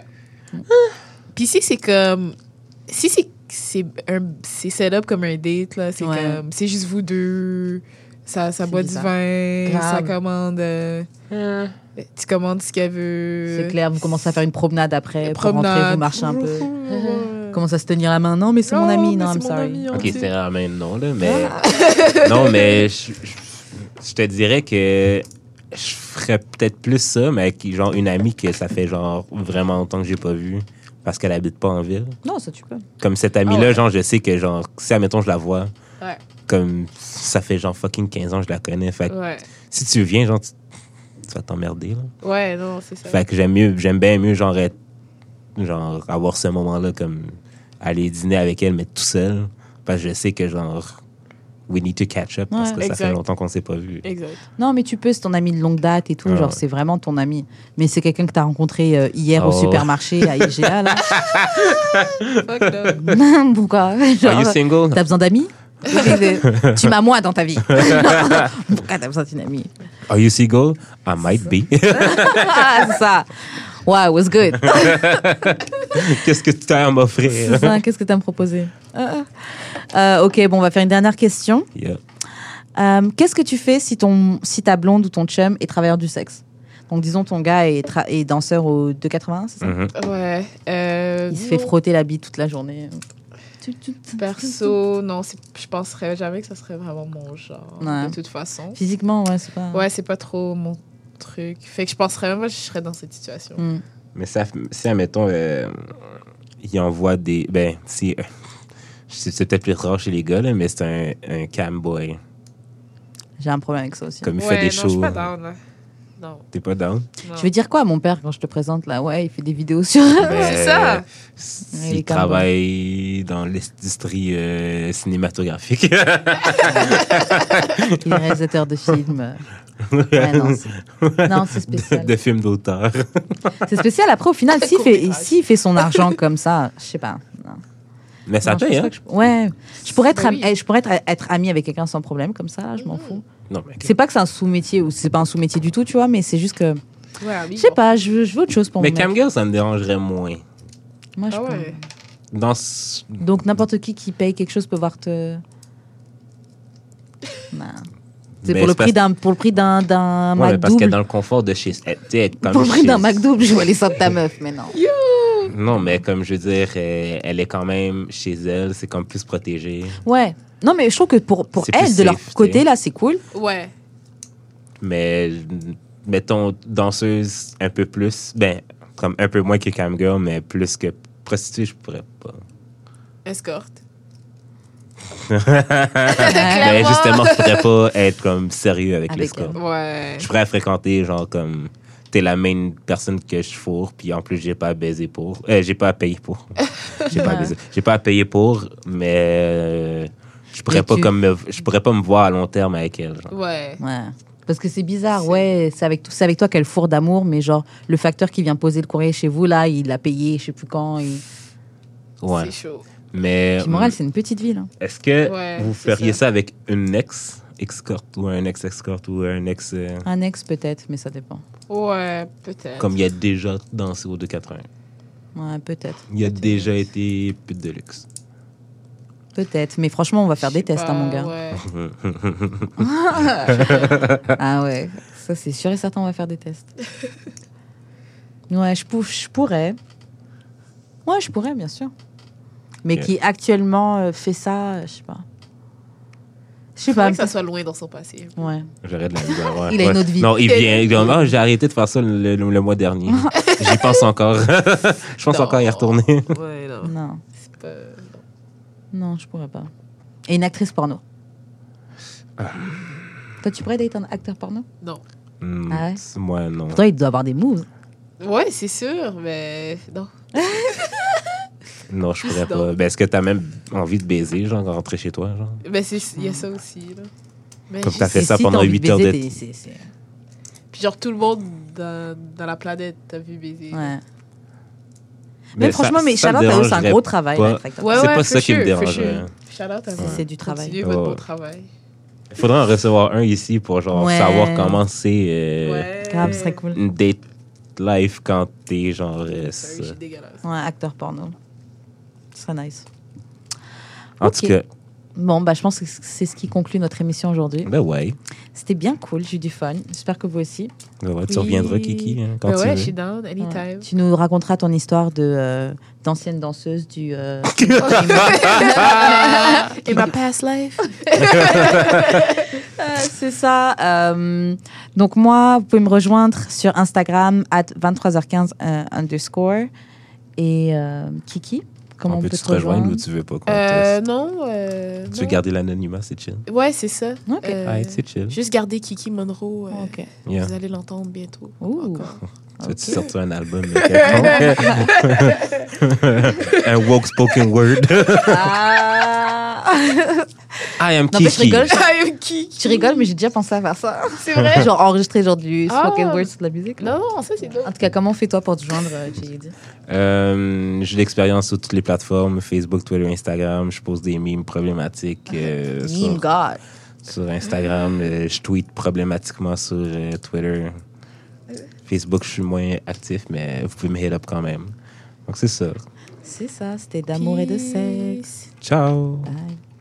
Puis si c'est comme... Si c'est c'est un c'est set up comme un date, là, c'est Ouais. comme... C'est juste vous deux, ça, ça C'est boit bizarre. du vin, Grave. ça commande... euh, tu commandes ce qu'elle veut. C'est clair, vous commencez à faire une promenade après, pour rentrer, Promenade. vous marchez un peu. Ouais. Commence à se tenir la main. Non, mais c'est mon Oh, ami. mais Non, c'est I'm mon sorry. ami, on Ok, dit. c'est vraiment non, là, mais. non, mais je, je- je te dirais que je ferais peut-être plus ça, mais avec genre une amie que ça fait genre vraiment longtemps que j'ai pas vue parce qu'elle habite pas en ville. Non, ça tu peux. Comme cette amie-là, Ah ouais. genre, je sais que genre, si admettons je la vois, Ouais. comme ça fait genre fucking quinze ans que je la connais. Fait que Ouais. si tu viens, genre, tu, tu vas t'emmerder, là. Ouais, non, c'est ça. Fait que j'aime mieux, j'aime bien mieux, genre, être, genre, avoir ce moment-là, comme aller dîner avec elle, mais tout seul. Parce que je sais que, genre, we need to catch up parce Ouais, que ça fait exact. longtemps qu'on s'est pas vu. Exact. Non, mais tu peux, c'est ton ami de longue date et tout. Ah genre, ouais. c'est vraiment ton ami. Mais c'est quelqu'un que tu as rencontré euh, hier au Oh. supermarché à I G A, là. Fuck up. Pourquoi? Are you Genre, single? t'as besoin d'amis? Tu m'as moi dans ta vie. Pourquoi t'as besoin d'une amie? Are you single? I might be. Ah, c'est ça. Wow, it was good. Qu'est-ce que tu as à m'offrir? C'est ça, qu'est-ce que tu as à me proposer? Ah. Euh, ok, bon, on va faire une dernière question. Yeah. Euh, qu'est-ce que tu fais si, ton, si ta blonde ou ton chum est travailleur du sexe? Donc, disons, ton gars est, tra- est danseur au deux quatre-vingts, c'est ça? Mhm. Ouais. Euh, Il se fait non. frotter la bite toute la journée. Perso, non, c'est- je penserais jamais que ça serait vraiment mon genre, Ouais. de toute façon. Physiquement, ouais, c'est pas... Ouais, c'est pas trop mon truc. Fait que je penserais même pas que je serais dans cette situation. Mm. Mais ça, si, admettons, euh, il envoie des... Ben, si... C'est c'est peut-être plus rare chez les gars, là, mais c'est un, un cam boy. J'ai un problème avec ça aussi. Comme il ouais, fait des non, shows. je suis pas down, là. Non. T'es pas down? non. Je vais dire quoi à mon père quand je te présente là? Ouais, il fait des vidéos sur. Ben, C'est ça. les S'il cam travaille dans l'industrie euh, cinématographique. Il est réalisateur de films. Ouais, non, c'est, non, c'est spécial. de, de films d'auteur. C'est spécial. Après, au final, s'il fait, Court-métrage. s'il fait son argent comme ça, je sais pas. Non. Mais ça Non, je paye, pense hein? pas que je- Ouais, je pourrais être, Ben ami, oui. eh, je pourrais être, être amie avec quelqu'un sans problème comme ça. Je m'en fous. Non, mais C'est pas que c'est un sous-métier ou c'est pas un sous-métier du tout, tu vois, mais c'est juste que Ouais, oui, je sais bon. pas. Je veux, je veux autre chose pour mais mon mec. Camgirl, ça me dérangerait moins. Moi, je Ah peux. ouais. Dans ce- Donc n'importe qui qui paye quelque chose peut voir te. Non. C'est Mais pour le c'est prix parce- d'un pour le prix d'un d'un Ouais, mais Mac parce que double. dans le confort de chez... eh, tu sais, être comme Pour le prix chez- d'un Mac double, je vais les sortir de ta meuf, mais non. Non, mais comme je veux dire, euh, elle est quand même chez elle, c'est comme plus protégé. Ouais. Non, mais je trouve que pour pour C'est elles plus de leur safe, côté tu sais. là, c'est cool. Ouais. Mais mettons danseuse un peu plus, ben comme un peu moins que Camgirl, mais plus que prostituée, je pourrais pas. Escorte. Mais Clairement. justement, je pourrais pas être comme sérieux avec, Avec l'escorte. Ouais. Je pourrais fréquenter genre comme t'es la main personne que je fourre, puis en plus j'ai pas à baiser pour, euh, j'ai pas à payer pour, j'ai pas à Ouais. baiser, j'ai pas à payer pour, mais euh, je pourrais Mais pas tu- comme me- je pourrais pas me voir à long terme avec elle. Genre. Ouais. Ouais. Parce que c'est bizarre, C'est- ouais, c'est avec, c'est avec toi qu'elle fourre d'amour, mais genre, le facteur qui vient poser le courrier chez vous, là, il l'a payé, je sais plus quand. il- Ouais. C'est chaud. Mais Puis Montréal, c'est une petite ville. hein. est-ce que Ouais, vous c'est feriez ça. ça. avec une ex escorte ou un ex escorte ou un ex euh, Un ex, peut-être, mais ça dépend. Ouais, peut-être. comme il a déjà dansé au deux quatre-vingts. Ouais, peut-être. Il a Peut-être. déjà été pute de luxe. Peut-être. Mais franchement, on va faire Je des sais tests, pas, hein, mon gars. Ouais. Ah ouais, ça c'est sûr et certain, on va faire des tests. Ouais, je, pou- je pourrais. Ouais, je pourrais, bien sûr. Mais Ok. qui actuellement euh, fait ça, euh, je sais pas. Je sais Faudrait pas. que ça soit loin dans son passé. Ouais. J'aurais de la misère. ouais. Il a une Ouais. autre vie. Non, il Il a vient. une il dit, Ah, j'ai arrêté de faire ça le, le- le mois dernier. J'y pense encore. Je pense Non. encore y retourner. Ouais, non. Non, C'est pas... non, je pourrais pas. Et une actrice porno. Toi, tu pourrais date un acteur porno? Non. Hmm, Ah ouais? Moi, non. Toi, il doit avoir des moves. Ouais, c'est sûr, mais non. Non, je pourrais Non. pas. Ben, est-ce que t'as même envie de baiser, genre, rentrer chez toi, genre? Ben, c'est... il y a ça aussi, là. Mais Comme je- t'as fait Et ça si pendant t'as envie huit heures baiser, de- t'es- c'est- c'est- Puis genre, tout le monde dans, dans la planète t'a vu baiser. Ouais. Mais Mais franchement, ça- mais ça me Charlotte, eux, c'est un dérangerait gros travail. pas. là, fait que- Ouais, C'est ouais, pas for ça qui me sure, for dérangerait. sure. Shout-out à vous. C'est du travail. Continuez votre Ouais. beau travail. Il faudrait en recevoir un ici pour, genre, Ouais. savoir comment c'est euh, Ouais. Grave, ce serait cool. une date life quand t'es, genre... euh, Sorry, ça. je suis dégueulasse. Ouais, acteur porno. Ce serait nice. En Ok. tout cas, Bon, bah, je pense que c'est ce qui conclut notre émission aujourd'hui. ben ouais. C'était bien cool, j'ai eu du fun. J'espère que vous aussi. Ben ouais, tu Oui. reviendras, Kiki, hein, quand Ben tu ouais, veux. je suis down, anytime. Ouais. Tu nous raconteras ton histoire de euh, d'ancienne danseuse du. euh, Et ma past life. Euh, c'est ça. Euh, donc moi, vous pouvez me rejoindre sur Instagram at vingt-trois heures quinze euh, underscore et euh, Kiki. Comment on, on peut peut te te rejoindre rejoindre? ou tu veux pas qu'on Euh, te... non, euh, Tu veux non. garder l'anonymat, c'est chill. Ouais, c'est ça. Ok. Euh, Ouais, c'est chill. Juste garder Kiki Monroe. euh, Ok. Yeah. Vous allez l'entendre bientôt. Ouh. Encore. Tu veux-tu Ok. sortir un album euh, quelconque? Un woke spoken word. Ah. I am Non, mais je Kiki. rigole. I am Kiki. Tu rigoles, mais j'ai déjà pensé à faire ça. C'est vrai? Genre enregistrer genre du Ah. spoken word sur de la musique. là. Non, non, ça c'est dope. En tout cas, comment fais-toi pour te joindre, euh, J D? Euh, j'ai l'expérience sur toutes les plateformes, Facebook, Twitter, Instagram. Je pose des memes problématiques euh, Meme sur, God. sur Instagram. Euh, je tweete problématiquement sur euh, Twitter. Facebook, je suis moins actif, mais vous pouvez me hit up quand même. Donc c'est ça. C'est ça, c'était d'amour et de sexe. Peace. Ciao! Bye.